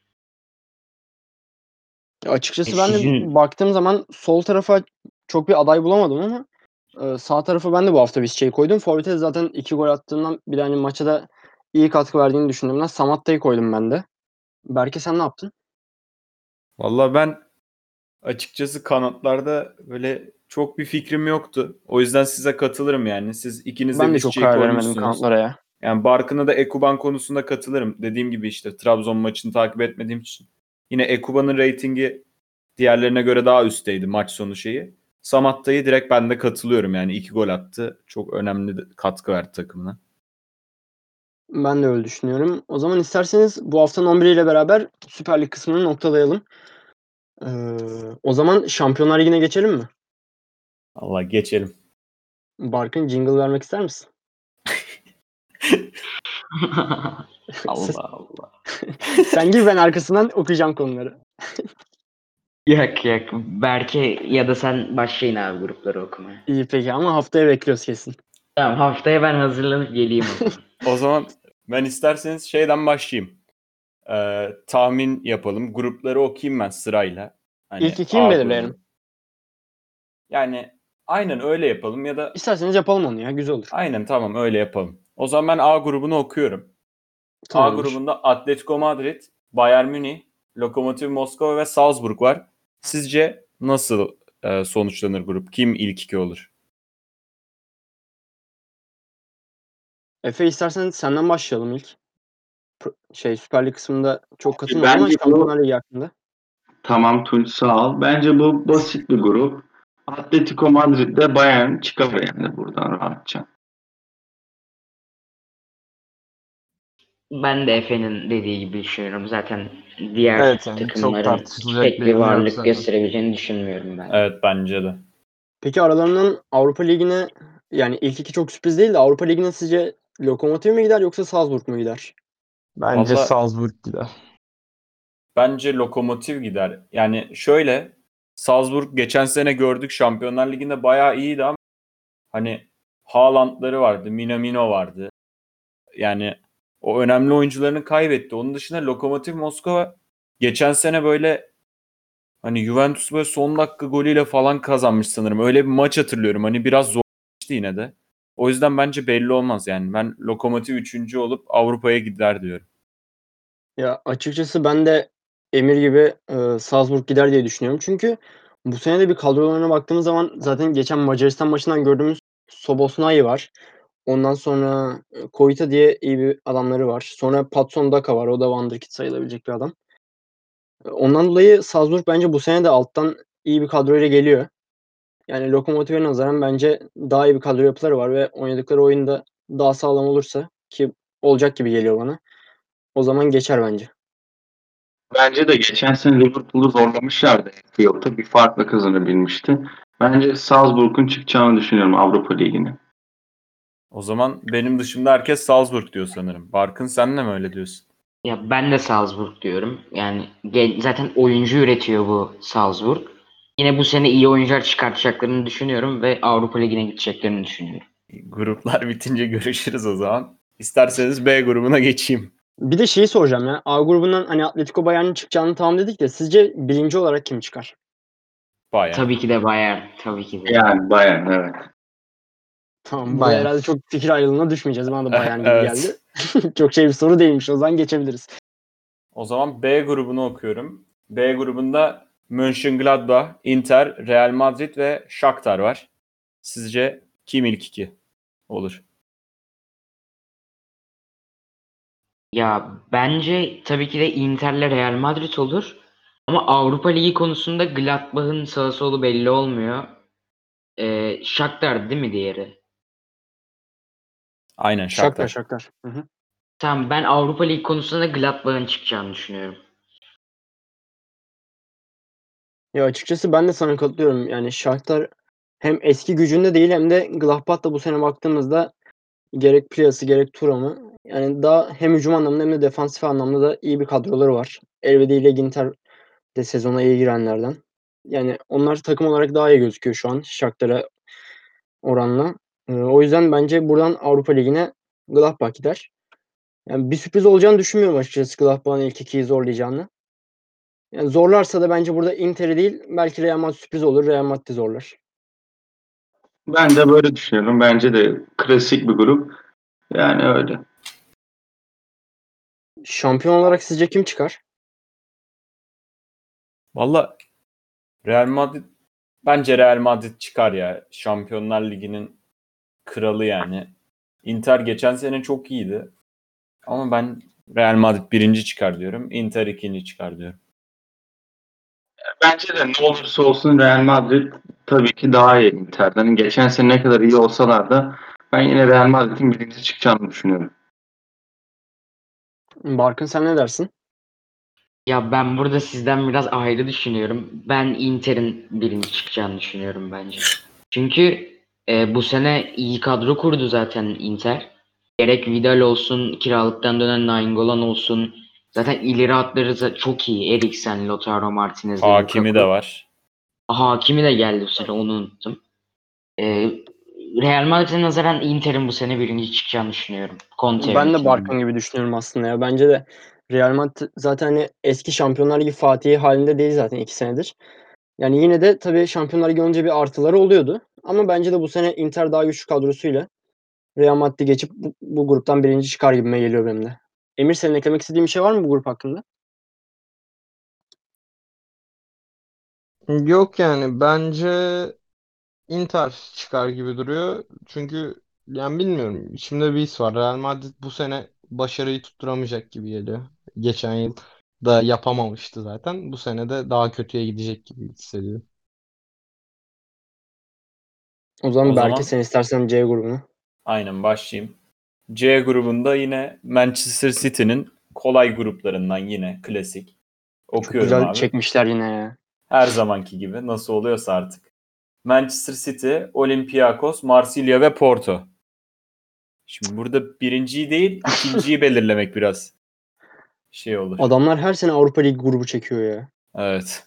Ya açıkçası E, ben de sizin baktığım zaman sol tarafa çok bir aday bulamadım ama e, sağ tarafa ben de bu hafta bir şey koydum. Forvet'e de zaten iki gol attığından bir de hani maça da iyi katkı verdiğini düşündüğümden Samatta'yı koydum ben de. Berke sen ne yaptın? Vallahi ben açıkçası kanatlarda böyle çok bir fikrim yoktu. O yüzden size katılırım yani. Siz ikiniz de Ben de çok Visca'yı karar veremedim koymuşsunuz. kanatlara ya. Yani Barkın'a da Ekuban konusunda katılırım. Dediğim gibi işte Trabzon maçını takip etmediğim için. Yine Ekuban'ın reytingi diğerlerine göre daha üstteydi maç sonu şeyi. Samatta'yı direkt ben de katılıyorum yani. iki gol attı. Çok önemli de katkı verdi takımına. Ben de öyle düşünüyorum. O zaman isterseniz bu haftanın on biri ile beraber Süper Lig kısmını noktalayalım. Ee, o zaman Şampiyonlar Ligi'ne geçelim mi? Allah geçelim. Barkın jingle vermek ister misin? Allah Allah. Sen gibi ben arkasından okuyacağım konuları. Yak yak. Berke ya da sen başlayın abi grupları okumaya. İyi peki ama haftaya bekliyoruz kesin. Tamam, haftaya ben hazırlanıp geleyim o zaman. O zaman ben isterseniz şeyden başlayayım. Ee, tahmin yapalım. Grupları okuyayım ben sırayla. Hani İlk ikiyi mi A belirleyelim? grubu. Yani aynen öyle yapalım ya da İsterseniz yapalım onu ya. Güzel olur. aynen tamam öyle yapalım. O zaman ben A grubunu okuyorum. A Tamamdır. grubunda Atletico Madrid, Bayern Münih, Lokomotiv Moskova ve Salzburg var. Sizce nasıl e, sonuçlanır grup? Kim ilk iki olur? Efe istersen senden başlayalım ilk. Pro- Şey Süper Lig kısmında çok katılmadım ama Bence bu Şampiyonlar Ligi hakkında. tamam Tunç sağ ol. Bence bu basit bir grup. Atletico Madrid'de Bayern çıkar yani buradan rahatça. Ben de Efe'nin dediği gibi düşünüyorum. Zaten diğer Evet yani çok takımların tartışılacak pek bir bir yanı yok varlık zaten. gösterebileceğini düşünmüyorum ben. Evet bence de. Peki aralarından Avrupa Ligi'ne yani ilk iki çok sürpriz değil de Avrupa Ligi'ne sizce Lokomotiv mi gider yoksa Salzburg mu gider? Bence Valla Salzburg gider. bence Lokomotiv gider. Yani şöyle Salzburg geçen sene gördük Şampiyonlar Ligi'nde bayağı iyiydi ama hani Haaland'ları vardı, Minamino vardı. Yani o önemli oyuncularını kaybetti. Onun dışında Lokomotiv Moskova geçen sene böyle hani Juventus böyle son dakika golüyle falan kazanmış sanırım. Öyle bir maç hatırlıyorum. Hani biraz zor geçti yine de. O yüzden bence belli olmaz yani. Ben Lokomotiv üçüncü olup Avrupa'ya gider diyorum. Ya açıkçası ben de Emir gibi e, Salzburg gider diye düşünüyorum. Çünkü bu sene de bir kadrolarına baktığımız zaman zaten geçen Macaristan maçından gördüğümüz Szoboszlai var. Ondan sonra e, Koita diye iyi bir adamları var. Sonra Patson Daka var. O da wonderkid sayılabilecek bir adam. E, Ondan dolayı Salzburg bence bu sene de alttan iyi bir kadroyla geliyor. Yani Lokomotiv'e nazaran bence daha iyi bir kadro yapıları var ve oynadıkları oyun da daha sağlam olursa ki olacak gibi geliyor bana. O zaman geçer bence. Bence de geçen sene Liverpool'u zorlamışlardı. Fiyatı bir farkla kazanabilmişti. Bence Salzburg'un çıkacağını düşünüyorum Avrupa Ligi'ne. O zaman benim dışımda herkes Salzburg diyor sanırım. Barkın sen de mi öyle diyorsun? Ya ben de Salzburg diyorum. Yani gen- zaten oyuncu üretiyor bu Salzburg. Yine bu sene iyi oyuncular çıkartacaklarını düşünüyorum ve Avrupa Ligi'ne gideceklerini düşünüyorum. Gruplar bitince görüşürüz o zaman. İsterseniz B grubuna geçeyim. Bir de şeyi soracağım ya. A grubundan hani Atletico Bayern'in çıkacağını tamam dedik de sizce birinci olarak kim çıkar? Bayern. Tabii ki de Bayern. Tabii ki de. Yani Bayern evet. Tamam burada Bayern. herhalde çok fikir ayrılığına düşmeyeceğiz. Bana da Bayern gibi geldi. Evet. Çok şey bir soru değilmiş. O zaman geçebiliriz. O zaman B grubunu okuyorum. B grubunda Mönchengladbach, Inter, Real Madrid ve Shakhtar var. Sizce kim ilk iki olur? Ya bence tabii ki de Inter'le Real Madrid olur. Ama Avrupa Ligi konusunda Gladbach'ın sağı solu belli olmuyor. Ee, Shakhtar değil mi diğeri? Aynen Shakhtar Shakhtar. Shakhtar. Hı hı. Tamam, ben Avrupa Ligi konusunda Gladbach'ın çıkacağını düşünüyorum. Ya açıkçası ben de sana katılıyorum. Yani Shakhtar hem eski gücünde değil hem de Gladbach da bu sene baktığımızda gerek Plyas'ı gerek Thuram'ı yani daha hem hücum anlamında hem de defansif anlamda da iyi bir kadroları var. Elvedi ile Ginter de sezona iyi girenlerden. Yani onlar takım olarak daha iyi gözüküyor şu an Shakhtar'a oranla. Eee, o yüzden bence buradan Avrupa Ligi'ne Gladbach gider. Yani bir sürpriz olacağını düşünmüyorum açıkçası Gladbach'ın ilk ikiyi zorlayacağını. Yani zorlarsa da bence burada Inter'i değil belki Real Madrid sürpriz olur. Real Madrid zorlar. Ben de böyle düşünüyorum. Bence de klasik bir grup. Yani öyle. Şampiyon olarak sizce kim çıkar? Valla Real Madrid bence Real Madrid çıkar ya. Şampiyonlar Ligi'nin kralı yani. Inter geçen sene çok iyiydi. Ama ben Real Madrid birinci çıkar diyorum. Inter ikinci çıkar diyorum. Bence de ne olursa olsun Real Madrid tabii ki daha iyi Inter'den. Geçen sene ne kadar iyi olsalar da ben yine Real Madrid'in birinci çıkacağını düşünüyorum. Barkın sen ne dersin? Ya ben burada sizden biraz ayrı düşünüyorum. Ben Inter'in birinci çıkacağını düşünüyorum bence. Çünkü e, bu sene iyi kadro kurdu zaten Inter. Gerek Vidal olsun, kiralıktan dönen Nainggolan olsun. Zaten ileri hatları da çok iyi. Eriksen, Lautaro Martinez ve Hakimi de Lukaku. var. Hakimi de geldi bu sene, onu unuttum. E, Real Madrid'e nazaran Inter'in bu sene birinci çıkacağını düşünüyorum. Conte Ben de yönetiminde. Barkın gibi düşünüyorum aslında ya. Bence de Real Madrid zaten hani eski Şampiyonlar Ligi Fatihi halinde değil zaten iki senedir. Yani yine de tabii Şampiyonlar Ligi olunca bir artıları oluyordu. Ama bence de bu sene Inter daha güçlü kadrosuyla Real Madrid'i geçip bu, bu gruptan birinci çıkar gibime geliyor benim de. Emir senin eklemek istediğin bir şey var mı bu grup hakkında? Yok yani bence Inter çıkar gibi duruyor. Çünkü yani bilmiyorum. İçimde bir his var. Real Madrid bu sene başarıyı tutturamayacak gibi geliyor. Geçen yıl da yapamamıştı zaten. Bu sene de daha kötüye gidecek gibi hissediyorum. O O zaman Berke zaman sen istersen C grubunu. aynen başlayayım. C grubunda yine Manchester City'nin kolay gruplarından yine klasik. Çok Okuyorum güzel abi. çekmişler yine ya. Her zamanki gibi nasıl oluyorsa artık. Manchester City, Olympiakos, Marsilya ve Porto. Şimdi burada birinciyi değil ikinciyi belirlemek biraz şey olur. Adamlar her sene Avrupa Ligi grubu çekiyor ya. Evet.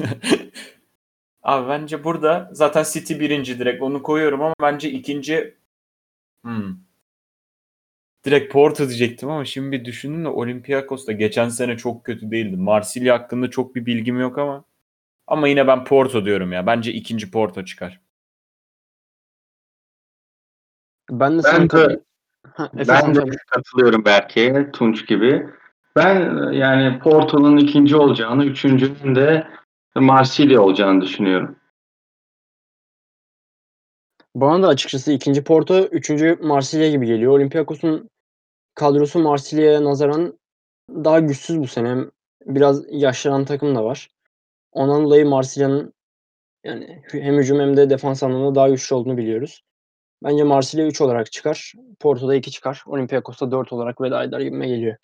Abi bence burada zaten City birinci direkt onu koyuyorum ama bence ikinci hmm, direkt Porto diyecektim ama şimdi bir düşündüm de Olympiakos da geçen sene çok kötü değildi. Marsilya hakkında çok bir bilgim yok ama ama yine ben Porto diyorum ya. Bence ikinci Porto çıkar. Ben de sana Ben kat... de Ha, Efe sen ben de söyle. katılıyorum Berke'ye, Tunç gibi. Ben yani Porto'nun ikinci olacağını, üçüncünün de Marsilya olacağını düşünüyorum. Bana da açıkçası ikinci Porto, üçüncü Marsilya gibi geliyor. Olympiakos'un kadrosu Marsilya'ya nazaran daha güçsüz bu sene. Hem biraz yaşlanan takım da var. Ondan dolayı Marsilya'nın yani hem hücum hem de defans anlamında daha güçlü olduğunu biliyoruz. Bence Marsilya üç olarak çıkar. Porto'da iki çıkar. Olympiakos'ta dört olarak veda eder gibime geliyor.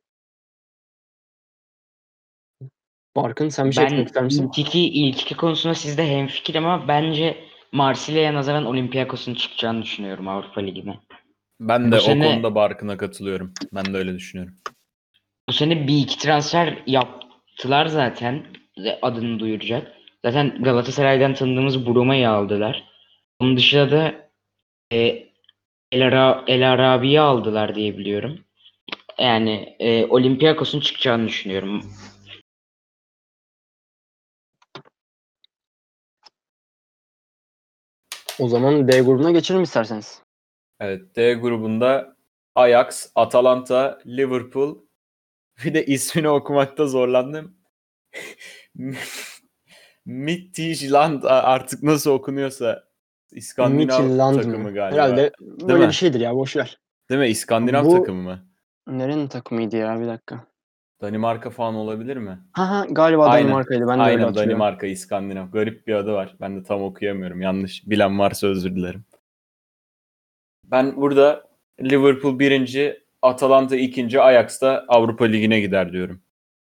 Barkın sen bir şey eklemek Ben ister misin? ilk iki, ilk iki konusunda sizde hemfikir ama bence Marsilya'ya nazaran Olympiakos'un çıkacağını düşünüyorum Avrupa Ligi'ne. Ben Bu de o sene konuda Barkın'a katılıyorum. Ben de öyle düşünüyorum. bu sene bir iki transfer yaptılar zaten, adını duyuracak. Zaten Galatasaray'dan tanıdığımız Bruma'yı aldılar. Onun dışında da e, El, Ara, El Arabi'yi aldılar diye biliyorum. Yani e, Olympiakos'un çıkacağını düşünüyorum. O zaman D grubuna geçelim isterseniz. Evet, D grubunda Ajax, Atalanta, Liverpool bir de ismini okumakta zorlandım. Midtjylland artık nasıl okunuyorsa İskandinav Midtjylland mı? takımı galiba. Herhalde Değil böyle bir mi? şeydir ya boş ver. Değil mi? İskandinav Bu takımı mı? nerenin takımıydı ya bir dakika. Danimarka falan olabilir mi? Ha ha galiba Aynen. Danimarka'ydı. Ben de öyle Aynen hatırlıyorum. Danimarka, İskandinav. Garip bir adı var. Ben de tam okuyamıyorum. Yanlış bilen varsa özür dilerim. Ben burada Liverpool birinci, Atalanta ikinci, Ajax da Avrupa Ligi'ne gider diyorum.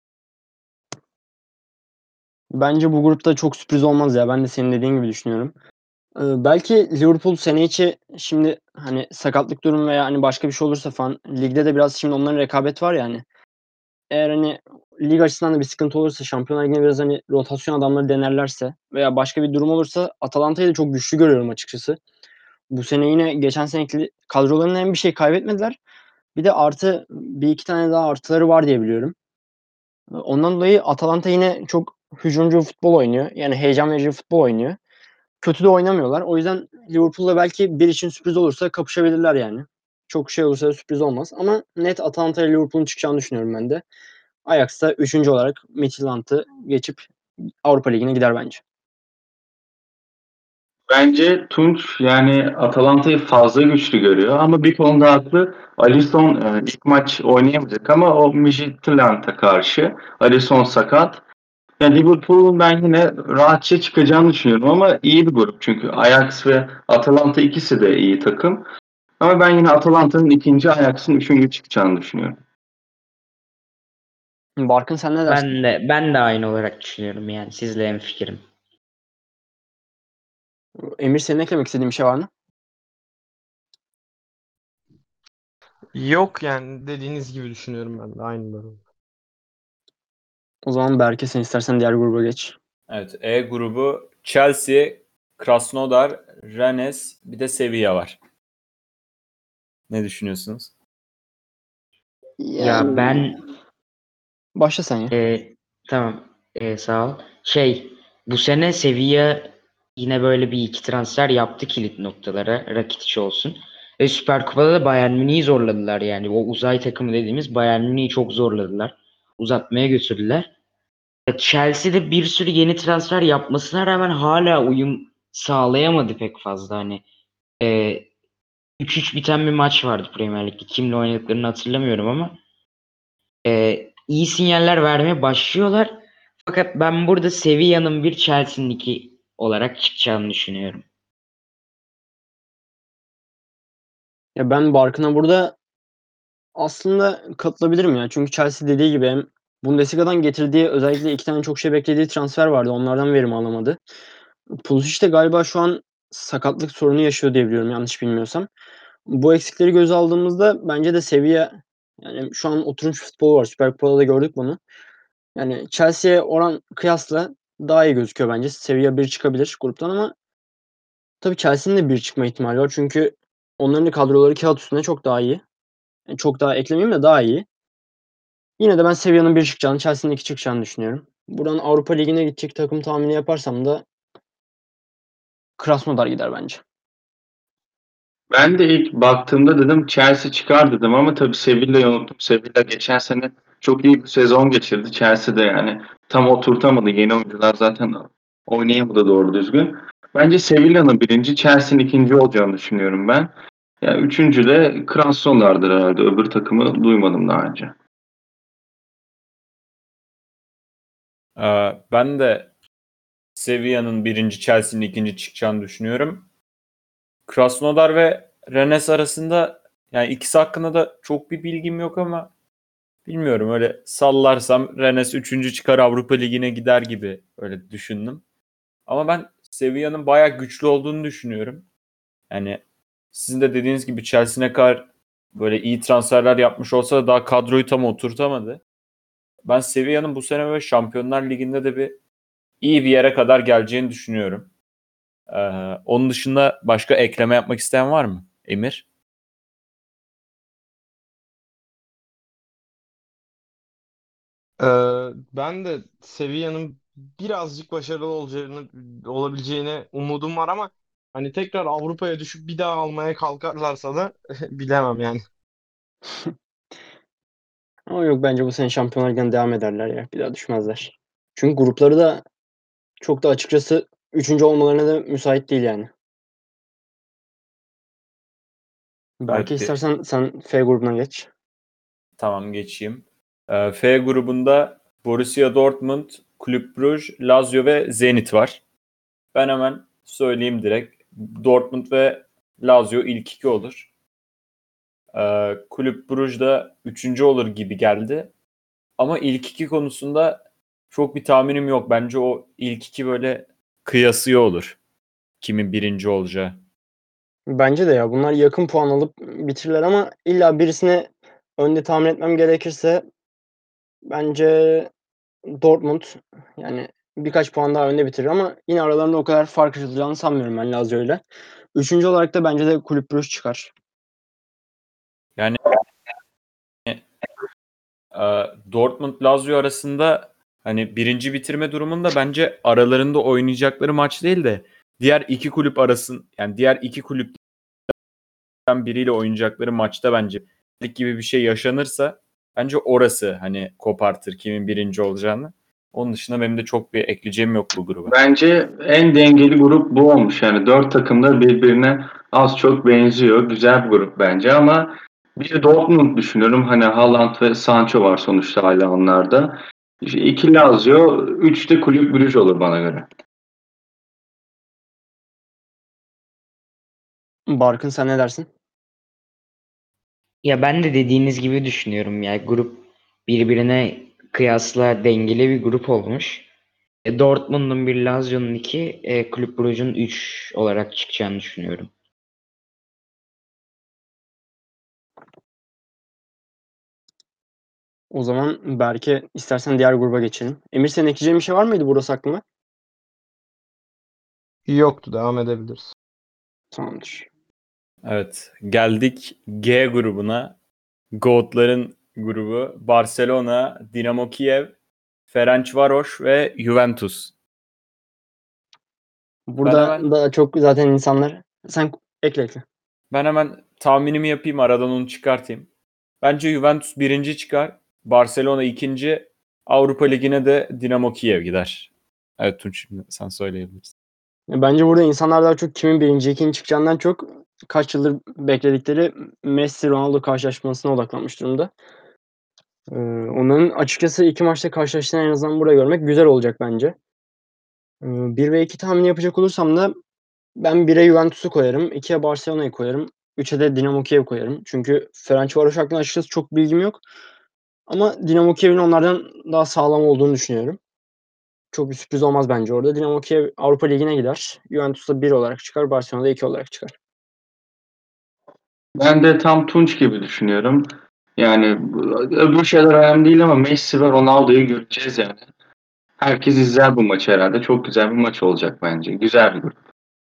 Bence bu grupta çok sürpriz olmaz ya. Ben de senin dediğin gibi düşünüyorum. Ee, belki Liverpool sene içi şimdi hani sakatlık durum veya hani başka bir şey olursa falan ligde de biraz şimdi onların rekabet var ya hani. Eğer hani lig açısından da bir sıkıntı olursa Şampiyonlar Ligi'ne biraz hani rotasyon adamları denerlerse veya başka bir durum olursa Atalanta'yı da çok güçlü görüyorum açıkçası. Bu sene yine geçen seneki kadrolarından hem bir şey kaybetmediler. Bir de artı bir iki tane daha artıları var diye biliyorum. Ondan dolayı Atalanta yine çok hücumcu futbol oynuyor. Yani heyecan verici futbol oynuyor. Kötü de oynamıyorlar. O yüzden Liverpool'la belki bir için sürpriz olursa kapışabilirler yani. Çok şey olursa sürpriz olmaz. Ama net Atalanta ile Liverpool'un çıkacağını düşünüyorum ben de. Ajax da üçüncü olarak Midtjylland'ı geçip Avrupa Ligi'ne gider bence. Bence Tunç yani Atalanta'yı fazla güçlü görüyor ama bir konuda haklı. Alisson e, ilk maç oynayamayacak ama o Midtjylland'a karşı Alisson sakat. Yani Liverpool'un ben yine rahatça çıkacağını düşünüyorum ama iyi bir grup çünkü Ajax ve Atalanta ikisi de iyi takım. Ama ben yine Atalanta'nın ikinci, Ajax'ın üçüncü çıkacağını düşünüyorum. Barkın sen ne dersin? Ben de ben de aynı olarak düşünüyorum yani sizle hemfikirim. Emir senin eklemek istediğin bir şey var mı? Yok yani dediğiniz gibi düşünüyorum ben de aynıları. O zaman Berke sen istersen diğer gruba geç. Evet, E grubu Chelsea, Krasnodar, Rennes, bir de Sevilla var. Ne düşünüyorsunuz? Yani Ya ben başla sen ya. e, tamam e, sağ ol. Şey bu sene Sevilla yine böyle bir iki transfer yaptı kilit noktalara. Rakitic olsun. Ve Süper Kupa'da da Bayern Münih'i zorladılar yani. O uzay takımı dediğimiz Bayern Münih'i çok zorladılar. Uzatmaya götürdüler. Ya Chelsea'de bir sürü yeni transfer yapmasına rağmen hala uyum sağlayamadı pek fazla. Hani e, üç üç biten bir maç vardı Premier Lig'de. Kimle oynadıklarını hatırlamıyorum ama e, iyi sinyaller vermeye başlıyorlar. Fakat ben burada Sevilla'nın bir Chelsea'nin iki olarak çıkacağını düşünüyorum. Ya ben Barkın'a burada aslında katılabilirim ya. Çünkü Chelsea dediği gibi hem Bundesliga'dan getirdiği özellikle iki tane çok şey beklediği transfer vardı. Onlardan verim alamadı. Pulisic de galiba şu an sakatlık sorunu yaşıyor diye biliyorum yanlış bilmiyorsam. Bu eksikleri göze aldığımızda bence de Sevilla yani şu an oturmuş futbolu var. Süper Kupa'da da gördük bunu. Yani Chelsea'ye oran kıyasla daha iyi gözüküyor bence. Sevilla bir çıkabilir gruptan ama tabii Chelsea'nin de bir çıkma ihtimali var. Çünkü onların da kadroları kağıt üstünde çok daha iyi. Yani çok daha eklemeyeyim de daha iyi. Yine de ben Sevilla'nın bir çıkacağını, Chelsea'nin iki çıkacağını düşünüyorum. Buradan Avrupa Ligi'ne gidecek takım tahmini yaparsam da Krasnodar gider bence. Ben de ilk baktığımda dedim Chelsea çıkar dedim ama tabii Sevilla'yı unuttum. Sevilla geçen sene çok iyi bir sezon geçirdi. Chelsea'de yani tam oturtamadı. Yeni oyuncular zaten oynayamadı doğru düzgün. Bence Sevilla'nın birinci, Chelsea'nin ikinci olacağını düşünüyorum ben. Yani üçüncü de Krasnodar'dır herhalde. Öbür takımı duymadım daha önce. Ee, ben de Sevilla'nın birinci, Chelsea'nin ikinci çıkacağını düşünüyorum. Krasnodar ve Rennes arasında yani ikisi hakkında da çok bir bilgim yok ama bilmiyorum, öyle sallarsam Rennes üçüncü çıkar Avrupa Ligi'ne gider gibi öyle düşündüm. Ama ben Sevilla'nın bayağı güçlü olduğunu düşünüyorum. Yani sizin de dediğiniz gibi Chelsea ne kadar böyle iyi transferler yapmış olsa da daha kadroyu tam oturtamadı. Ben Sevilla'nın bu sene böyle Şampiyonlar Ligi'nde de bir iyi bir yere kadar geleceğini düşünüyorum. Ee, onun dışında başka ekleme yapmak isteyen var mı? Emir? Ee, ben de Sevilla'nın birazcık başarılı olacağını, olabileceğine umudum var ama hani tekrar Avrupa'ya düşüp bir daha almaya kalkarlarsa da bilemem yani. Ama yok bence bu sene Şampiyonlar Ligi'ne devam ederler ya. Bir daha düşmezler. Çünkü grupları da çok da açıkçası üçüncü olmalarına da müsait değil yani. Belki Evet, bir- istersen sen F grubuna geç. tamam geçeyim. Ee, F grubunda Borussia Dortmund, Kulüp Brugge, Lazio ve Zenit var. Ben hemen söyleyeyim direkt. Dortmund ve Lazio ilk iki olur. Ee, Kulüp Brugge da üçüncü olur gibi geldi. Ama ilk iki konusunda çok bir tahminim yok. Bence o ilk iki böyle kıyasıya olur. Kimin birinci olacağı. Bence de ya bunlar yakın puan alıp bitirirler ama illa birisine önde tahmin etmem gerekirse bence Dortmund yani birkaç puan daha önde bitirir ama yine aralarında o kadar fark açılacağını sanmıyorum ben Lazio ile. Üçüncü olarak da bence de Kulüp Brugge çıkar. Yani e, Dortmund Lazio arasında hani birinci bitirme durumunda bence aralarında oynayacakları maç değil de diğer iki kulüp arasın yani diğer iki kulüpten biriyle oynayacakları maçta bence lig gibi bir şey yaşanırsa bence orası hani kopartır kimin birinci olacağını. Onun dışında benim de çok bir ekleyeceğim yok bu gruba. Bence en dengeli grup bu olmuş. Yani dört takım da birbirine az çok benziyor. Güzel bir grup bence ama bir Dortmund düşünüyorum. Hani Haaland ve Sancho var sonuçta hala onlarda. İşte iki Lazio, üç de Kulüp Brugge olur bana göre. Barkın sen ne dersin? Ya ben de dediğiniz gibi düşünüyorum. Yani grup birbirine kıyasla dengeli bir grup olmuş. E, Dortmund'un bir, Lazio'nun iki, e, Kulüp Brugge'un üç olarak çıkacağını düşünüyorum. O zaman Berke istersen diğer gruba geçelim. Emir senin ekleyeceğin bir şey var mıydı burası hakkında? Yoktu, devam edebiliriz. Tamamdır. Evet, geldik G grubuna. Goat'ların grubu Barcelona, Dinamo Kiev, Ferencvaros ve Juventus. Ben Burada hemen da çok zaten insanlar sen ekle ekle. ben hemen tahminimi yapayım, aradan onu çıkartayım. Bence Juventus birinci çıkar. Barcelona ikinci. Avrupa Ligi'ne de Dinamo Kiev gider. Evet Tunç, şimdi sen söyleyebilirsin. Bence burada insanlar daha çok kimin birinci, ikinci çıkacağından çok kaç yıldır bekledikleri Messi-Ronaldo karşılaşmasına odaklanmış durumda. Ee, onların açıkçası iki maçta karşılaştığını en azından burada görmek güzel olacak bence. Ee, bir ve iki tahmini yapacak olursam da ben bire Juventus'u koyarım, ikiye Barcelona'yı koyarım, üçe de Dinamo Kiev koyarım. Çünkü Ferencvaros hakkında açıkçası çok bilgim yok. Ama Dinamo Kiev'in onlardan daha sağlam olduğunu düşünüyorum. Çok bir sürpriz olmaz bence orada. Dinamo Kiev Avrupa Ligi'ne gider. Juventus da bir olarak çıkar, Barcelona da iki olarak çıkar. Ben de tam Tunç gibi düşünüyorum. Yani öbür şeyler önemli değil ama Messi ve Ronaldo'yu göreceğiz yani. Herkes izler bu maçı herhalde. Çok güzel bir maç olacak bence. Güzel bir grup.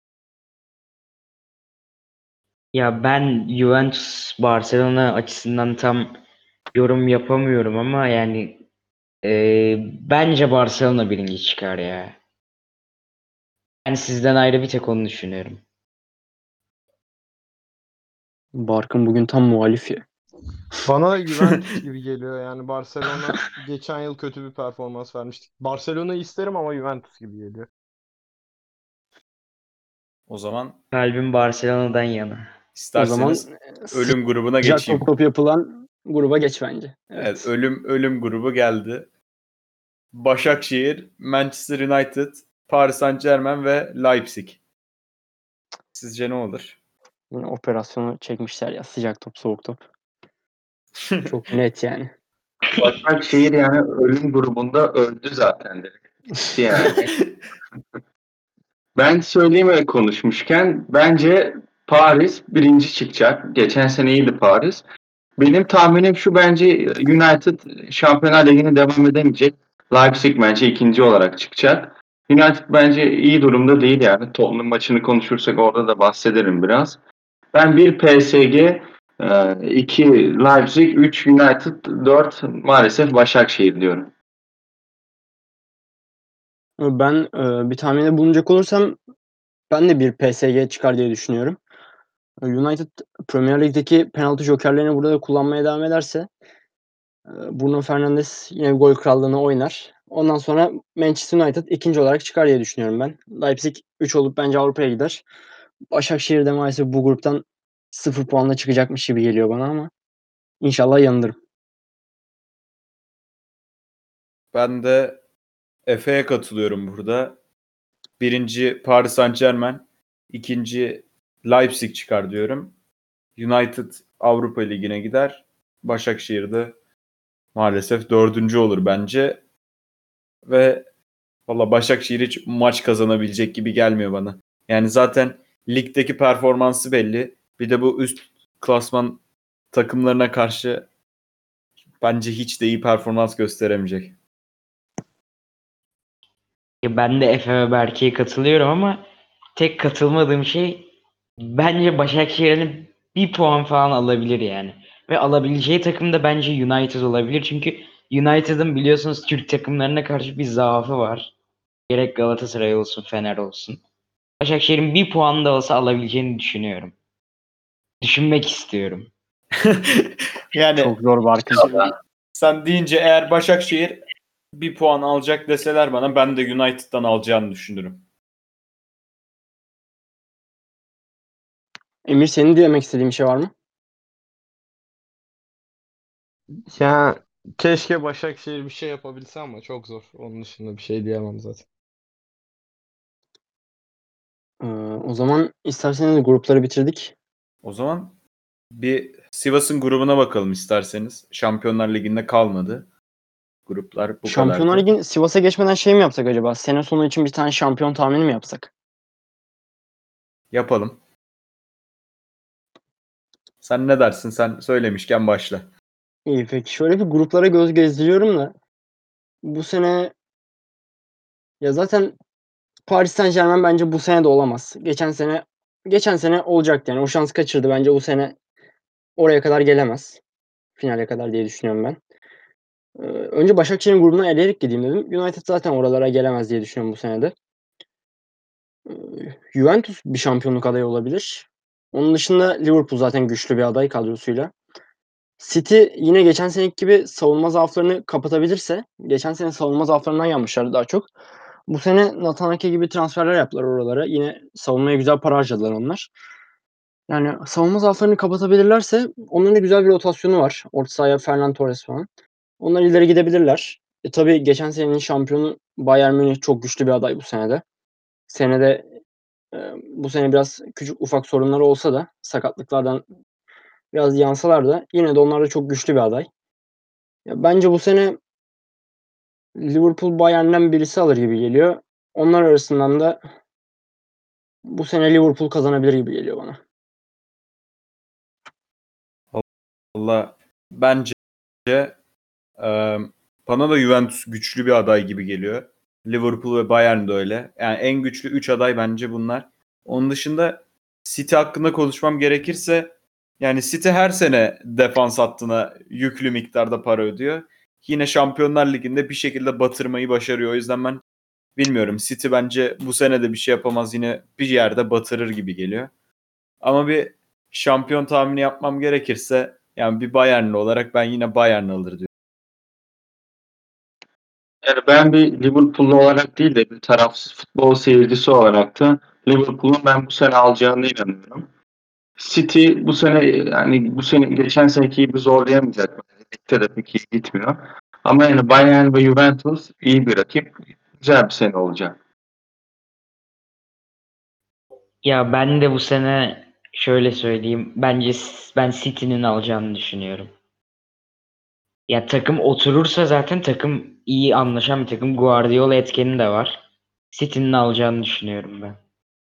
Ya ben Juventus Barcelona açısından tam yorum yapamıyorum ama yani e, bence Barcelona birinci çıkar ya. Ben sizden ayrı bir tek onu düşünüyorum. Barkın bugün tam muhalif ya. Bana da Juventus gibi geliyor. Yani Barcelona geçen yıl kötü bir performans vermişti. Barcelona'yı isterim ama Juventus gibi geliyor. O zaman Kalbim Barcelona'dan yana. O zaman isterseniz ölüm grubuna sıcak geçeyim. top top yapılan gruba geç bence. Evet, Evet. ölüm ölüm grubu geldi. Başakşehir, Manchester United, Paris Saint-Germain ve Leipzig. Sizce ne olur? Yine operasyonu çekmişler ya. Sıcak top, soğuk top. Çok net yani. Başakşehir yani ölüm grubunda öldü zaten direkt. Bitti yani. Ben söyleyeyim öyle konuşmuşken bence Paris birinci çıkacak. Geçen sene iyiydi Paris. Benim tahminim şu, bence United Şampiyonlar Ligi'ne devam edemeyecek. Leipzig bence ikinci olarak çıkacak. United bence iyi durumda değil yani. Tottenham maçını konuşursak orada da bahsederim biraz. Ben bir P S G, iki Leipzig, üç United, dört maalesef Başakşehir diyorum. Ben e, bir tahminde bulunacak olursam ben de bir P S G çıkar diye düşünüyorum. United Premier Lig'deki penaltı jokerlerini burada da kullanmaya devam ederse e, Bruno Fernandes yine gol krallığını oynar. Ondan sonra Manchester United ikinci olarak çıkar diye düşünüyorum ben. Leipzig üç olup bence Avrupa'ya gider. Başakşehir de maalesef bu gruptan sıfır puanla çıkacakmış gibi geliyor bana ama inşallah yanılırım. Ben de Efe'ye katılıyorum burada. Birinci Paris Saint-Germain, ikinci Leipzig çıkar diyorum. United Avrupa Ligi'ne gider. Başakşehir de maalesef dördüncü olur bence. Ve valla Başakşehir hiç maç kazanabilecek gibi gelmiyor bana. Yani zaten ligdeki performansı belli. Bir de bu üst klasman takımlarına karşı bence hiç de iyi performans gösteremeyecek. Ya ben de Efe ve Berke'ye katılıyorum ama tek katılmadığım şey bence Başakşehir'in bir puan falan alabilir yani. Ve alabileceği takım da bence United olabilir. Çünkü United'ın biliyorsunuz Türk takımlarına karşı bir zaafı var. Gerek Galatasaray olsun, Fener olsun. Başakşehir'in bir puan da olsa alabileceğini düşünüyorum. Düşünmek istiyorum. Yani Çok zor Barkın. sen deyince eğer Başakşehir bir puan alacak deseler bana ben de United'dan alacağını düşünürüm. Emir, senin demek istediğin bir şey var mı? Ya keşke Başakşehir bir şey yapabilse ama çok zor. Onun dışında bir şey diyemem zaten. Ee, o zaman isterseniz grupları bitirdik. O zaman bir Sivas'ın grubuna bakalım isterseniz. Şampiyonlar Ligi'nde kalmadı. Gruplar bu Şampiyonlar kadardı. Ligi Sivas'a geçmeden şey mi yapsak acaba? Sene sonu için bir tane şampiyon tahmini mi yapsak? Yapalım. Sen ne dersin? Sen söylemişken başla. İyi, peki şöyle bir gruplara göz gezdiriyorum da bu sene ya zaten Paris Saint-Germain bence bu sene de olamaz. Geçen sene geçen sene olacaktı yani. O şans kaçırdı. Bence bu sene oraya kadar gelemez. Finale kadar diye düşünüyorum ben. Ee, önce Başakşehir'in grubuna eleyerek gideyim dedim. United zaten oralara gelemez diye düşünüyorum bu sene de. Ee, Juventus bir şampiyonluk adayı olabilir. Onun dışında Liverpool zaten güçlü bir aday kadrosuyla. City yine geçen seneki gibi savunma zaaflarını kapatabilirse, geçen sene savunma zaaflarından yanmışlardı daha çok. Bu sene Nathan Ake gibi transferler yaptılar oralara. Yine savunmaya güzel para harcadılar onlar. Yani savunma zaaflarını kapatabilirlerse onların da güzel bir rotasyonu var. Orta sahaya Ferran Torres falan. Onlar ileri gidebilirler. E tabii geçen senenin şampiyonu Bayern Münih çok güçlü bir aday bu senede. Senede e, bu sene biraz küçük ufak sorunları olsa da sakatlıklardan biraz yansalar da yine de onlar da çok güçlü bir aday. Ya bence bu sene Liverpool Bayern'den birisi alır gibi geliyor. Onlar arasından da bu sene Liverpool kazanabilir gibi geliyor bana. Valla bence e, bana da Juventus güçlü bir aday gibi geliyor. Liverpool ve Bayern de öyle. Yani en güçlü üç aday bence bunlar. Onun dışında City hakkında konuşmam gerekirse yani City her sene defans hattına yüklü miktarda para ödüyor. Yine Şampiyonlar Ligi'nde bir şekilde batırmayı başarıyor. O yüzden ben bilmiyorum. City bence bu sene de bir şey yapamaz. Yine bir yerde batırır gibi geliyor. Ama bir şampiyon tahmini yapmam gerekirse yani bir Bayernli olarak ben yine Bayern alır diyorum. Yani ben bir Liverpool'lu olarak değil de bir tarafsız futbol seyircisi olarak da Liverpool'un ben bu sene alacağını inanıyorum. City bu sene yani bu sene geçen seneki gibi zorlayamayacak. Ligde de pek iyi gitmiyor. Ama yani Bayern ve Juventus iyi bir rakip. Güzel bir sene olacak. Ya ben de bu sene şöyle söyleyeyim. Bence s- ben City'nin alacağını düşünüyorum. Ya takım oturursa zaten takım iyi anlaşan bir takım. Guardiola etkeni de var. City'nin alacağını düşünüyorum ben.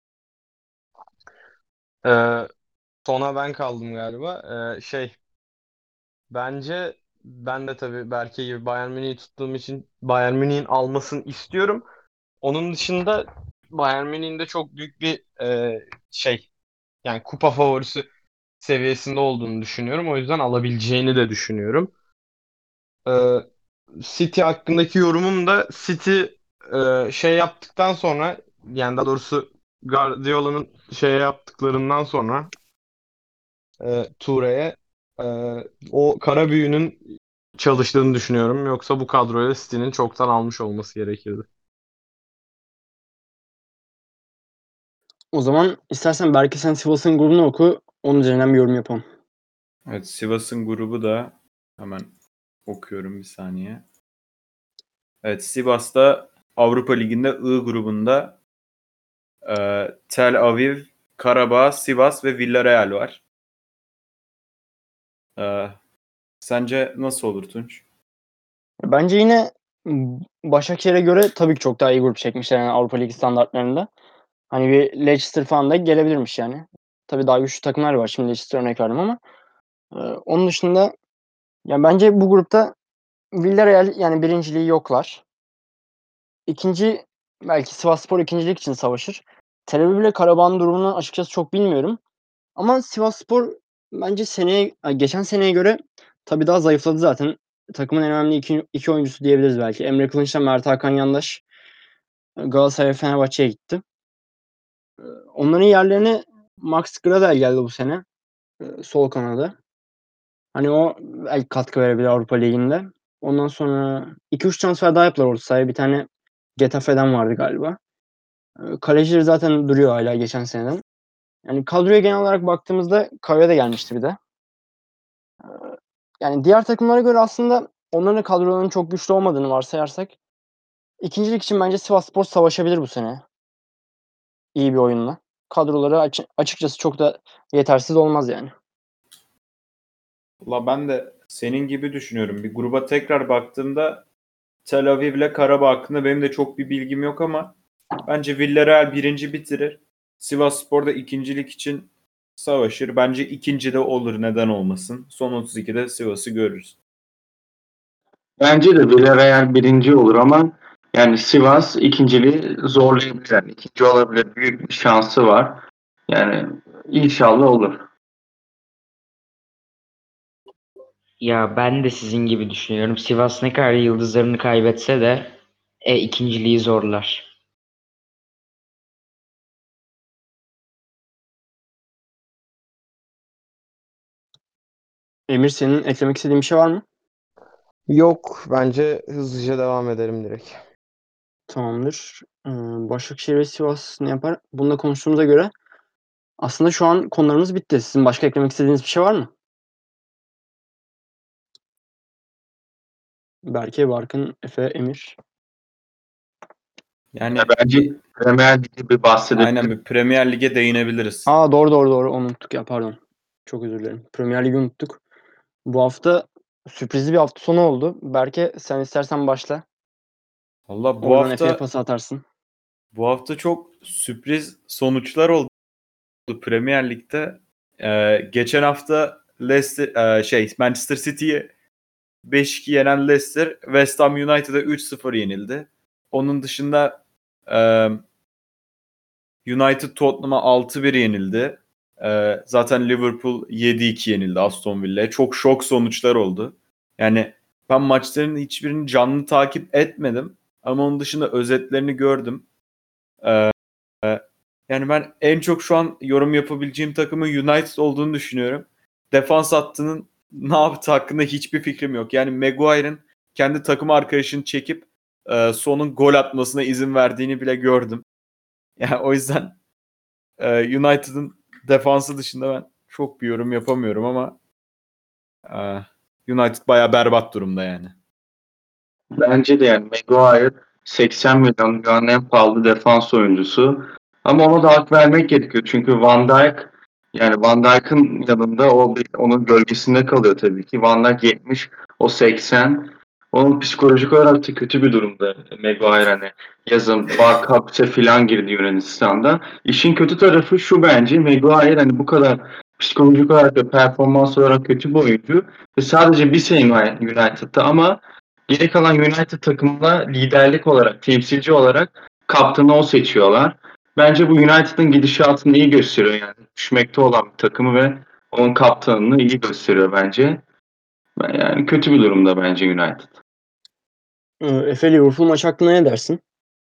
Ee, sona ben kaldım galiba. Ee, şey bence ben de tabii Berke gibi Bayern Münih'i tuttuğum için Bayern Münih'in almasını istiyorum. Onun dışında Bayern Münih'in de çok büyük bir e, şey yani kupa favorisi seviyesinde olduğunu düşünüyorum. O yüzden alabileceğini de düşünüyorum. Ee, City hakkındaki yorumum da City e, şey yaptıktan sonra yani daha doğrusu Guardiola'nın şey yaptıklarından sonra e, Toure'ye e, o kara büyünün çalıştığını düşünüyorum. Yoksa bu kadroya City'nin çoktan almış olması gerekirdi. O zaman istersen belki sen Sivas'ın grubunu oku. Onun üzerinden bir yorum yapalım. Evet, Sivas'ın grubu da hemen okuyorum bir saniye. Evet, Sivas'ta Avrupa Ligi'nde I grubunda e, Tel Aviv, Karabağ, Sivas ve Villarreal var. E, sence nasıl olur Tunç? Bence yine m, Başakşehir'e göre tabii ki çok daha iyi grup çekmişler yani Avrupa Ligi standartlarında. Hani bir Leicester falan da gelebilirmiş yani. Tabii daha güçlü takımlar var. Şimdi Leicester örnek verdim ama e, onun dışında ya bence bu grupta Villarreal yani birinciliği yoklar. İkinci belki Sivasspor ikincilik için savaşır. Tel Aviv ile Karabağ'ın durumunu açıkçası çok bilmiyorum. Ama Sivasspor bence seneye, geçen seneye göre tabii daha zayıfladı zaten. Takımın en önemli iki, iki oyuncusu diyebiliriz belki. Emre Kılınç'la Mert Hakan Yandaş Galatasaray ve Fenerbahçe'ye gitti. Onların yerlerine Max Gradel geldi bu sene. Sol kanada. Hani o belki katkı verebilir Avrupa Ligi'nde. Ondan sonra iki üç transfer daha yaptılar orta sahaya. Bir tane Getafe'den vardı galiba. Kalecileri zaten duruyor hala geçen seneden. Yani kadroya genel olarak baktığımızda Kavya da gelmişti bir de. Yani diğer takımlara göre aslında onların kadrolarının çok güçlü olmadığını varsayarsak ikincilik için bence Sivasspor savaşabilir bu sene. İyi bir oyunla. Kadroları açı- açıkçası çok da yetersiz olmaz yani. Valla ben de senin gibi düşünüyorum. Bir gruba tekrar baktığımda Tel Aviv ile Karabağ hakkında benim de çok bir bilgim yok ama bence Villarreal birinci bitirir. Sivasspor da ikincilik için savaşır. Bence ikinci de olur, neden olmasın. Son otuz ikide Sivas'ı görürüz. Bence de Villarreal birinci olur ama yani Sivas ikinciliği zorlayabilir. Yani ikinci olabilir. Büyük bir şansı var. Yani inşallah olur. Ya ben de sizin gibi düşünüyorum. Sivas ne kadar yıldızlarını kaybetse de e, ikinciliği zorlar. Emir senin eklemek istediğin bir şey var mı? Yok, bence hızlıca devam edelim direkt. Tamamdır. Ee, Başakşehir ve Sivas ne yapar? Bunu da konuştuğumuza göre aslında şu an konularımız bitti. Sizin başka eklemek istediğiniz bir şey var mı? Berke, Barkın, Efe, Emir. Yani Ya bence bir Premier Lig'i bir bahsedelim. aynen bir Premier Lig'e değinebiliriz. Aa doğru doğru doğru onu unuttuk ya pardon. Çok özür dilerim. Premier Lig'i unuttuk. Bu hafta sürprizli bir hafta sonu oldu. Berke sen istersen başla. Valla bu Oradan Efe'ye hafta pas atarsın. bu hafta çok sürpriz sonuçlar oldu Premier Lig'de. Ee, geçen hafta Leicester e, şey Manchester City'yi beş iki yenen Leicester West Ham United'a üç sıfır yenildi. Onun dışında e, United Tottenham'a altı bir yenildi. E, zaten Liverpool yedi iki yenildi Aston Villa'ya. Çok şok sonuçlar oldu. Yani ben maçların hiçbirini canlı takip etmedim. Ama onun dışında özetlerini gördüm. E, yani ben en çok şu an yorum yapabileceğim takımın United olduğunu düşünüyorum. Defans hattının ne yaptığı hakkında hiçbir fikrim yok. Yani Maguire'ın kendi takım arkadaşını çekip e, Son'un gol atmasına izin verdiğini bile gördüm. Yani o yüzden e, United'ın defansı dışında ben çok bir yorum yapamıyorum ama e, United bayağı berbat durumda yani. Bence de yani Maguire seksen milyon dünyanın en pahalı defans oyuncusu. Ama ona da hak vermek gerekiyor. Çünkü Van Dijk yani Van Dijk'ın yanında o bir- onun gölgesinde kalıyor tabii ki. Van Dijk yetmiş, o seksen. Onun psikolojik olarak da kötü bir durumda Maguire hani yazın Barkapse falan girdi Yunanistan'da. İşin kötü tarafı şu bence Maguire hani bu kadar psikolojik olarak ve performans olarak kötü bir oyuncu ve sadece bir sene United'da ama geri kalan United takımında liderlik olarak, temsilci olarak kaptanı o seçiyorlar. Bence bu United'ın gidişatını iyi gösteriyor yani. Düşmekte olan bir takımı ve onun kaptanını iyi gösteriyor bence. Yani kötü bir durumda bence United. Ee, Efe Liverpool maçı hakkında ne dersin?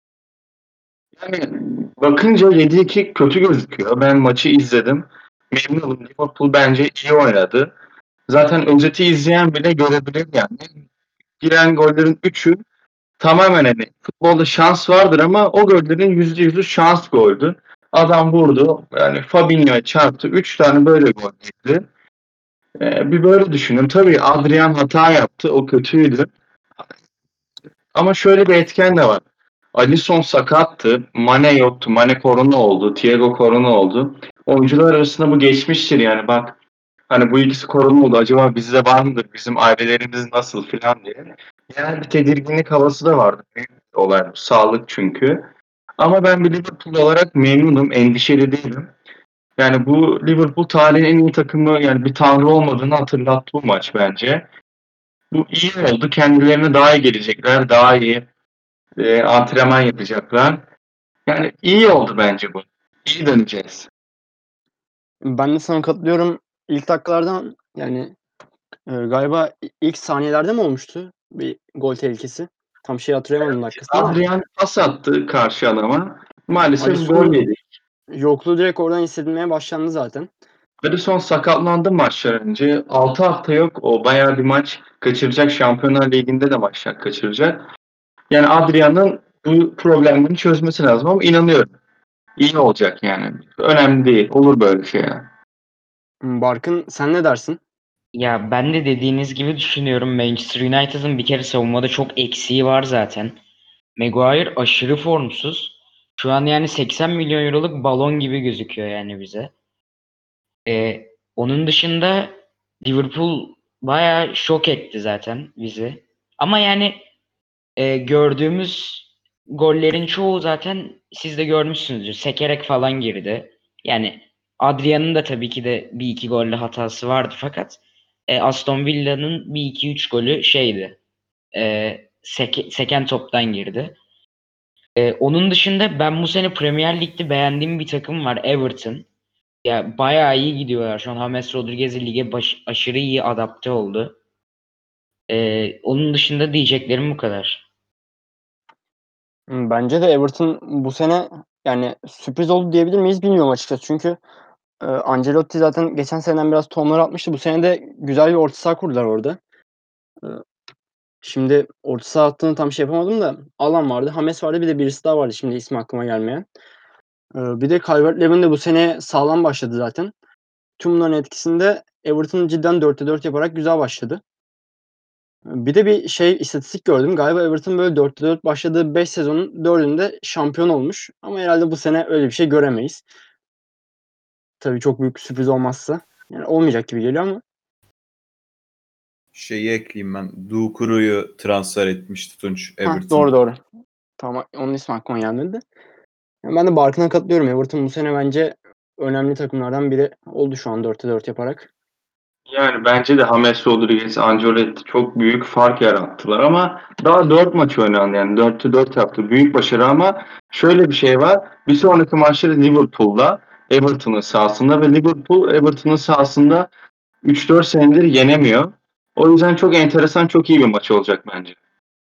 Yani bakınca yedi iki kötü gözüküyor. Ben maçı izledim. Memnunum. Liverpool bence iyi oynadı. Zaten özeti izleyen bile görebilir yani. Giren gollerin üçü tamamen hani futbolda şans vardır ama o gollerin yüzde yüzü şans goldü. Adam vurdu. Yani Fabinho'ya çarptı. Üç tane böyle gol girdi. Ee, bir böyle düşünün. Tabii Adrian hata yaptı. O kötüydü. Ama şöyle bir etken de var. Alisson sakattı. Mane yoktu. Mane korona oldu. Thiago korona oldu. Oyuncular arasında bu geçmiştir yani. Bak hani bu ikisi korona oldu. Acaba bizde var mıdır? Bizim ailelerimiz nasıl filan diye. Yani bir tedirginlik havası da vardı. Büyük bir olay bu. Sağlık çünkü. Ama ben bir Liverpool olarak memnunum. Endişeli değilim. Yani bu Liverpool tarihin en iyi takımı yani bir tanrı olmadığını hatırlattı bu maç bence. Bu iyi oldu. Kendilerine daha iyi gelecekler. Daha iyi e, antrenman yapacaklar. Yani iyi oldu bence bu. İyi döneceğiz. Ben de sana katılıyorum. İlk dakikalardan yani e, galiba ilk saniyelerde mi olmuştu bir gol tehlikesi? Tam şey hatırlayamadım dakikasını da. Adrian pas attı karşı adama. Maalesef gol Alisson'un yedi. yokluğu direkt oradan hissedilmeye başlandı zaten. Alisson sakatlandı maçlar önce. altı hafta yok. O bayağı bir maç kaçıracak. Şampiyonlar Ligi'nde de maçlar kaçıracak. Yani Adrian'ın bu problemlerini çözmesi lazım ama inanıyorum. İyi olacak yani. Önemli değil. Olur böyle şeyler. Barkın sen ne dersin? Ya ben de dediğiniz gibi düşünüyorum. Manchester United'ın bir kere savunmada çok eksiği var zaten. Maguire aşırı formsuz. Şu an yani seksen milyon euroluk balon gibi gözüküyor yani bize. Ee, Onun dışında Liverpool bayağı şok etti zaten bizi. Ama yani e, gördüğümüz gollerin çoğu zaten siz de görmüşsünüzdür. Sekerek falan girdi. Yani Adrian'ın da tabii ki de bir iki golle hatası vardı fakat e, Aston Villa'nın bir iki üç golü şeydi. E, seke- seken toptan girdi. E, onun dışında ben bu sene Premier Lig'de beğendiğim bir takım var, Everton. Ya bayağı iyi gidiyorlar. Şu an James Rodriguez lige baş- aşırı iyi adapte oldu. E, onun dışında diyeceklerim bu kadar. Hmm, Bence de Everton bu sene yani sürpriz oldu diyebilir miyiz bilmiyorum açıkçası. Çünkü e, Ancelotti zaten geçen seneden biraz tohumları atmıştı. Bu sene de güzel bir orta saha kurdular orada. E, Şimdi orta saha hattını tam şey yapamadım da Alan vardı, James vardı, bir de birisi daha vardı şimdi ismi aklıma gelmeyen. E, bir de Calvert-Lewin de bu sene sağlam başladı zaten. Tüm bunların etkisinde Everton cidden dörtte dört yaparak güzel başladı. Bir de bir şey istatistik gördüm. Galiba Everton böyle dörtte dört başladığı beş sezonun dördünde şampiyon olmuş. Ama herhalde bu sene öyle bir şey göremeyiz. Tabii çok büyük sürpriz olmazsa. Yani olmayacak gibi geliyor ama. Şeyi ekleyeyim ben. Doucouro'yu transfer etmişti Tunç Hah, Everton. doğru doğru. Tamam, onun ismi aklıma gelmedi de. Yani ben de Barkın'a katılıyorum. Everton bu sene bence önemli takımlardan biri oldu şu an dörtte dört yaparak. Yani bence de James Rodriguez, Ancelotti çok büyük fark yarattılar ama daha dört maç oynandı yani dörtte dört yaptı. Büyük başarı ama şöyle bir şey var. Bir sonraki maçları Liverpool'da, Everton'ın sahasında ve Liverpool Everton'ın sahasında üç dört senedir yenemiyor. O yüzden çok enteresan, çok iyi bir maç olacak bence.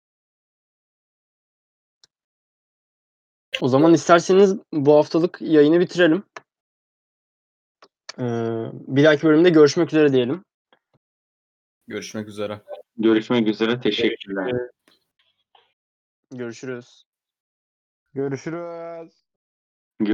O zaman isterseniz bu haftalık yayını bitirelim. Ee, Bir dahaki bölümde görüşmek üzere diyelim. Görüşmek üzere. Görüşmek üzere, teşekkürler. Görüşürüz. Görüşürüz.